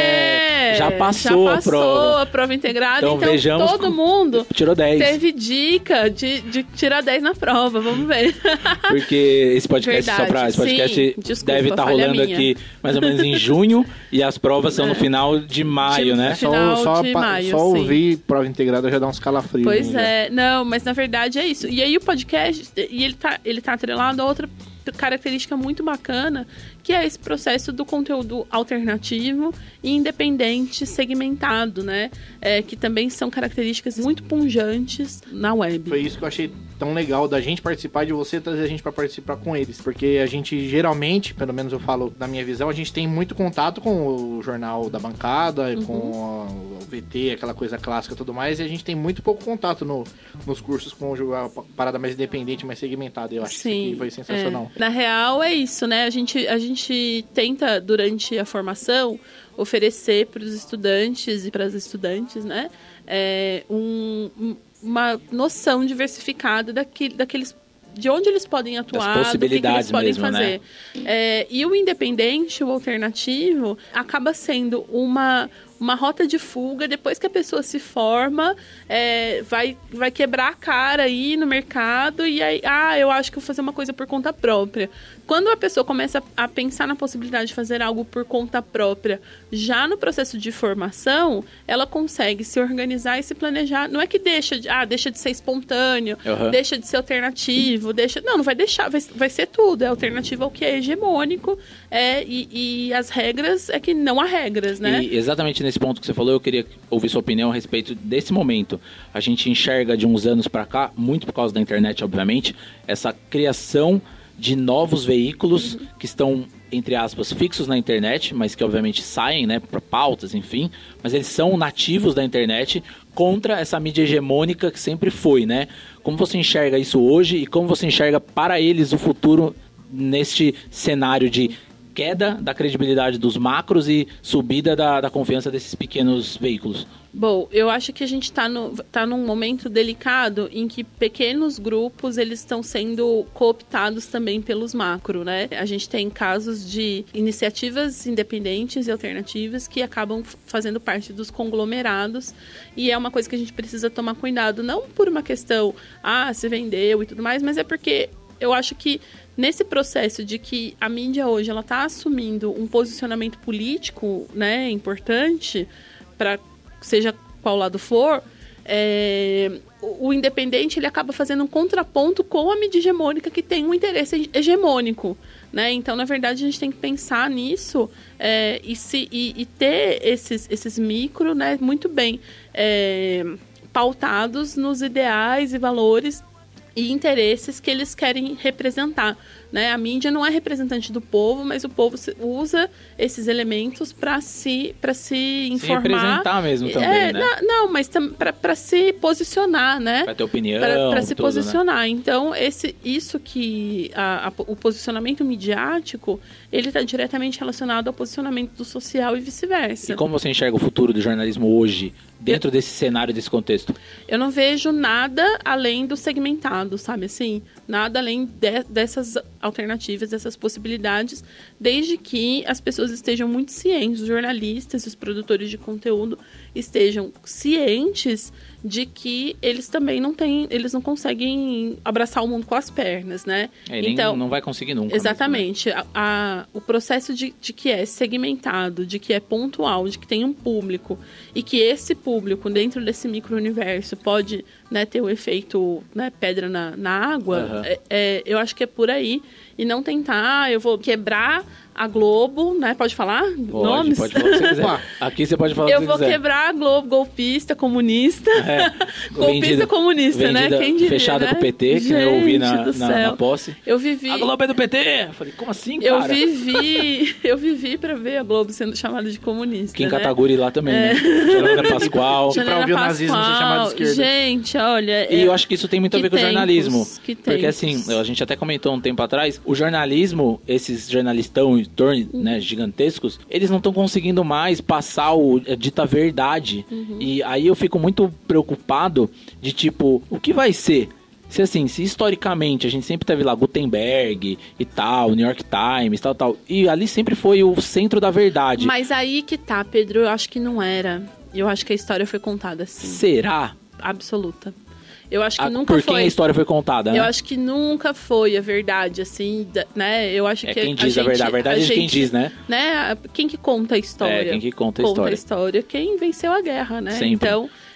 é! Já passou, Já a prova. passou a prova integrada, então, então vejamos todo mundo tirou dez. teve dica de, de tirar dez na prova, vamos ver. Porque esse podcast, Verdade, só pra, esse podcast sim, desculpa, deve estar tá rolando minha. aqui mais ou menos em junho e as provas são É. no final de maio, De- né? final Só, só, de pa- maio, só sim. ouvir prova integrada já dá uns calafrios. Pois né, é, não, mas na verdade é isso. E aí o podcast, e ele tá, ele tá atrelado a outra característica muito bacana, que é esse processo do conteúdo alternativo e independente segmentado, né? É, que também são características muito punjantes na web. Foi isso que eu achei tão legal da gente participar, de você trazer a gente para participar com eles, porque a gente geralmente, pelo menos eu falo na minha visão, a gente tem muito contato com o jornal da bancada, uhum. com o V T, aquela coisa clássica e tudo mais, e a gente tem muito pouco contato no, nos cursos com a parada mais independente, mais segmentada. Eu acho Sim, que foi sensacional. É. Na real é isso, né? A gente, a gente tenta, durante a formação, oferecer para os estudantes e para as estudantes, né? É, um, uma noção diversificada daquele, daqueles de onde eles podem atuar, das possibilidades do que, que eles podem mesmo, fazer. Né? É, e o independente, o alternativo, acaba sendo uma, uma rota de fuga. Depois que a pessoa se forma, é, vai, vai quebrar a cara aí no mercado e aí, ah, eu acho que eu vou fazer uma coisa por conta própria. Quando a pessoa começa a pensar na possibilidade de fazer algo por conta própria, já no processo de formação, ela consegue se organizar e se planejar. Não é que deixa de, ah, deixa de ser espontâneo, uhum. deixa de ser alternativo, deixa... Não, não vai deixar, vai, vai ser tudo. É alternativo ao que é hegemônico, é, e, e as regras é que não há regras, né? E exatamente nesse ponto que você falou, eu queria ouvir sua opinião a respeito desse momento. A gente enxerga de uns anos para cá, muito por causa da internet, obviamente, essa criação de novos veículos uhum. que estão, entre aspas, fixos na internet, mas que obviamente saem, né, para pautas, enfim, mas eles são nativos da internet contra essa mídia hegemônica que sempre foi, né? Como você enxerga isso hoje e como você enxerga para eles o futuro neste cenário de queda da credibilidade dos macros e subida da, da confiança desses pequenos veículos? Bom, eu acho que a gente está no, tá num momento delicado em que pequenos grupos eles estão sendo cooptados também pelos macro, né? A gente tem casos de iniciativas independentes e alternativas que acabam fazendo parte dos conglomerados, e é uma coisa que a gente precisa tomar cuidado, não por uma questão, ah, se vendeu e tudo mais, mas é porque eu acho que nesse processo de que a mídia hoje ela está assumindo um posicionamento político, né, importante, para seja qual lado for, é, o, o independente ele acaba fazendo um contraponto com a mídia hegemônica que tem um interesse hegemônico, né? Então, na verdade, a gente tem que pensar nisso é, e, se, e, e ter esses, esses micro, né, muito bem é, pautados nos ideais e valores e interesses que eles querem representar, né? A mídia não é representante do povo, mas o povo usa esses elementos para se, para se informar. Se representar mesmo também, é, né? Não, não mas para se posicionar, né? Para ter opinião. Para se tudo, posicionar. Né? Então, esse, isso que a, a, o posicionamento midiático, ele está diretamente relacionado ao posicionamento do social e vice-versa. E como você enxerga o futuro do jornalismo hoje, dentro eu, desse cenário, desse contexto? Eu não vejo nada além do segmentado, sabe assim? Nada além de, dessas alternativas, dessas possibilidades, desde que as pessoas estejam muito cientes, os jornalistas, os produtores de conteúdo estejam cientes de que eles também não têm, eles não conseguem abraçar o mundo com as pernas, né? É, então não vai conseguir nunca. Exatamente. Mesmo, né? a, a, o processo de, de que é segmentado, de que é pontual, de que tem um público e que esse público dentro desse micro-universo pode, né, ter o efeito, né, pedra na, na água, uhum. é, é, eu acho que é por aí. E não tentar, ah, eu vou quebrar a Globo, né? Pode falar pode, nomes? Pode falar o que você quiser. Aqui você pode falar o que eu você vou quiser. quebrar a Globo, golpista, comunista. É. golpista, vendida, comunista, vendida, né? Quem diria, fechada né? com o P T, que Gente eu ouvi na, na, na posse. Eu vivi... A Globo é do P T! Eu falei, como assim, cara? Eu vivi, eu vivi pra ver a Globo sendo chamada de comunista, Kim né? Kataguiri lá também, é. né? Janela Pascoal. Janela pra ouvir Pascoal. O nazismo ser chamado de esquerda. Gente, olha... E é... eu acho que isso tem muito a ver com o jornalismo. Que porque assim, a gente até comentou um tempo atrás, o jornalismo, esses jornalistão em torno, uhum. né, gigantescos, eles não estão conseguindo mais passar o, a dita verdade. Uhum. E aí eu fico muito preocupado de tipo, o que vai ser? Se assim, se historicamente a gente sempre teve lá Gutenberg e tal, New York Times, tal, tal, e ali sempre foi o centro da verdade. Mas aí que tá, Pedro, eu acho que não era. Eu acho que a história foi contada assim. Será? Absoluta. Eu acho que a, nunca por foi. Por quem a história foi contada, né? Eu acho que nunca foi a verdade, assim, né? Eu acho é que quem diz a, a verdade. A verdade é de quem diz, né? né? Quem que conta a história? É, quem que conta a conta história. a história. Quem venceu a guerra, né? Sempre. Então,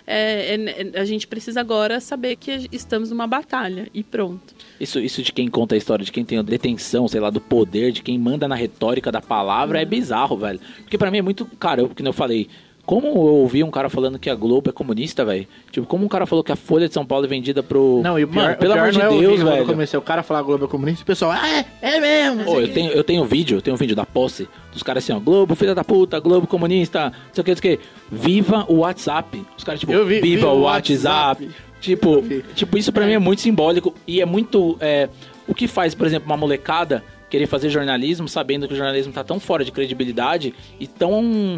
é, é, a gente precisa agora saber que estamos numa batalha e pronto. Isso, isso de quem conta a história, de quem tem a detenção, sei lá, do poder, de quem manda na retórica da palavra, é bizarro, velho. Porque pra mim é muito... Cara, eu, como eu falei... Como eu ouvi um cara falando que a Globo é comunista, velho? Tipo, como um cara falou que a Folha de São Paulo é vendida pro... Não, e o pior, Mano, pelo o pior amor de não é Deus, ouvir, velho. Quando eu comecei o cara a falar Globo é comunista, o pessoal, ah, é, é mesmo. Ô, eu tenho, eu tenho vídeo, eu tenho um vídeo da posse dos caras assim, ó, Globo, filha da puta, Globo comunista, não sei o que, não sei o que. Viva o WhatsApp. Os caras, tipo, Eu vi- viva vi o o WhatsApp. WhatsApp. Tipo, tipo, isso pra mim é muito simbólico e é muito... É, o que faz, por exemplo, uma molecada querer fazer jornalismo sabendo que o jornalismo tá tão fora de credibilidade e tão...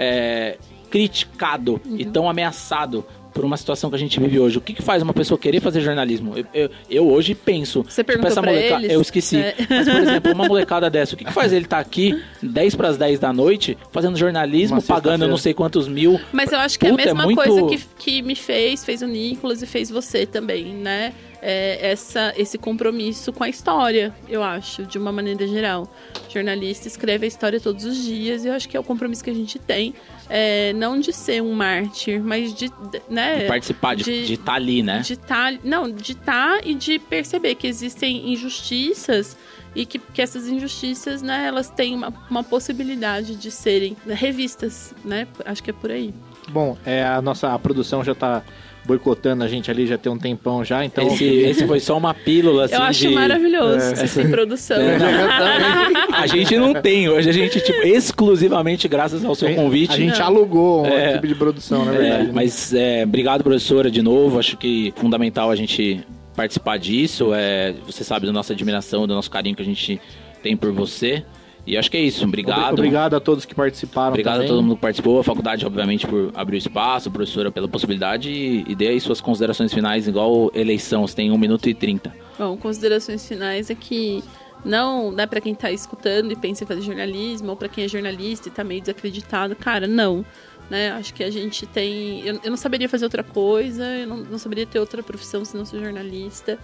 É, criticado uhum. e tão ameaçado por uma situação que a gente vive hoje. O que, que faz uma pessoa querer fazer jornalismo? Eu, eu, eu hoje penso... Você perguntou tipo, essa pra moleca... eles? Eu esqueci. É. Mas, por exemplo, uma molecada dessa, o que, que faz ele estar tá aqui dez para as dez da noite fazendo jornalismo, pagando não sei quantos mil... Mas eu acho que Puta, é a mesma é muito... coisa que, que me fez, fez o Nicolas e fez você também, né? É essa, esse compromisso com a história, eu acho, de uma maneira geral. O jornalista escreve a história todos os dias e eu acho que é o compromisso que a gente tem. É, não de ser um mártir, mas de... Né, de participar, de estar de, tá ali, né? De tá, não, de estar tá e de perceber que existem injustiças e que, que essas injustiças, né, elas têm uma, uma possibilidade de serem revistas, né? Acho que é por aí. Bom, é, a nossa a produção já tá boicotando a gente ali já tem um tempão já, então... Esse, esse foi só uma pílula, assim, eu acho de... maravilhoso, é, vocês têm produção. É, não, a gente não tem, hoje a gente, tipo, exclusivamente graças ao seu a convite... A gente não. alugou uma é, equipe de produção, na verdade. É, né? Mas, é, obrigado, professora, de novo, acho que é fundamental a gente participar disso, é, você sabe da nossa admiração, do nosso carinho que a gente tem por você... E acho que é isso, obrigado. Obrigado a todos que participaram Obrigado também. a todo mundo que participou, a faculdade, obviamente, por abrir o espaço, a professora pela possibilidade e, e dê aí suas considerações finais, igual eleição, você tem um minuto e trinta. Bom, considerações finais é que não dá pra quem tá escutando e pensa em fazer jornalismo, ou pra quem é jornalista e tá meio desacreditado, cara, não. Né? Acho que a gente tem... Eu, eu não saberia fazer outra coisa, eu não, não saberia ter outra profissão se não ser jornalista.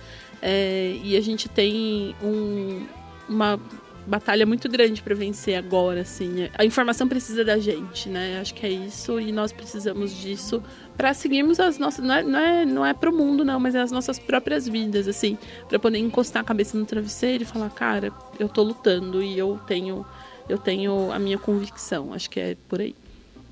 É, e a gente tem um, uma... batalha muito grande para vencer agora, assim. A informação precisa da gente, né? Acho que é isso e nós precisamos disso para seguirmos as nossas... Não é, não é, não é pro mundo, não, mas é as nossas próprias vidas, assim. Para poder encostar a cabeça no travesseiro e falar, cara, eu tô lutando e eu tenho, eu tenho a minha convicção. Acho que é por aí.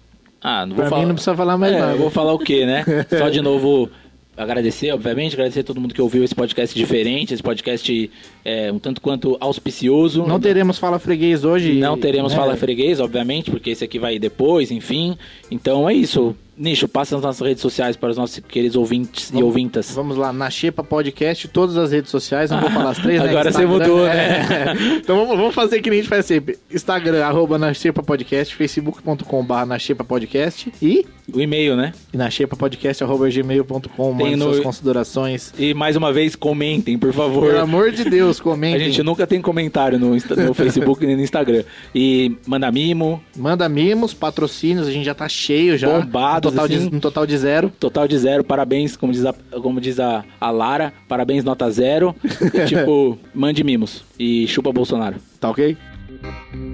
Ah, não vou pra falar... mim não precisa falar mais é, nada. Eu vou falar o quê, né? Só de novo... Agradecer, obviamente, agradecer a todo mundo que ouviu esse podcast diferente, esse podcast é, um tanto quanto auspicioso. Não teremos Fala Freguês hoje. Não teremos né? Fala Freguês, obviamente, porque esse aqui vai depois, enfim. Então é isso. Nicho, passa nas nossas redes sociais para os nossos queridos ouvintes vamos, e ouvintas. Vamos lá, na Xepa Podcast, todas as redes sociais, não vou falar as três, né? Agora você mudou, né? É. Então vamos, vamos fazer que nem a gente faz sempre. Instagram, arroba na Xepa Podcast, facebook ponto com barra na Xepa Podcast e... O e-mail, né? E na Xepa Podcast, arroba gmail ponto com, mandem no... suas considerações. E mais uma vez, comentem, por favor. Pelo amor de Deus, comentem. A gente nunca tem comentário no, no Facebook nem no Instagram. E manda mimo. Manda mimos, patrocínios, a gente já tá cheio já. Bombados, um total, assim. de, um total de zero. Total de zero, parabéns, como diz a, como diz a, a Lara, parabéns nota zero. E, tipo, mande mimos e chupa Bolsonaro. Tá ok?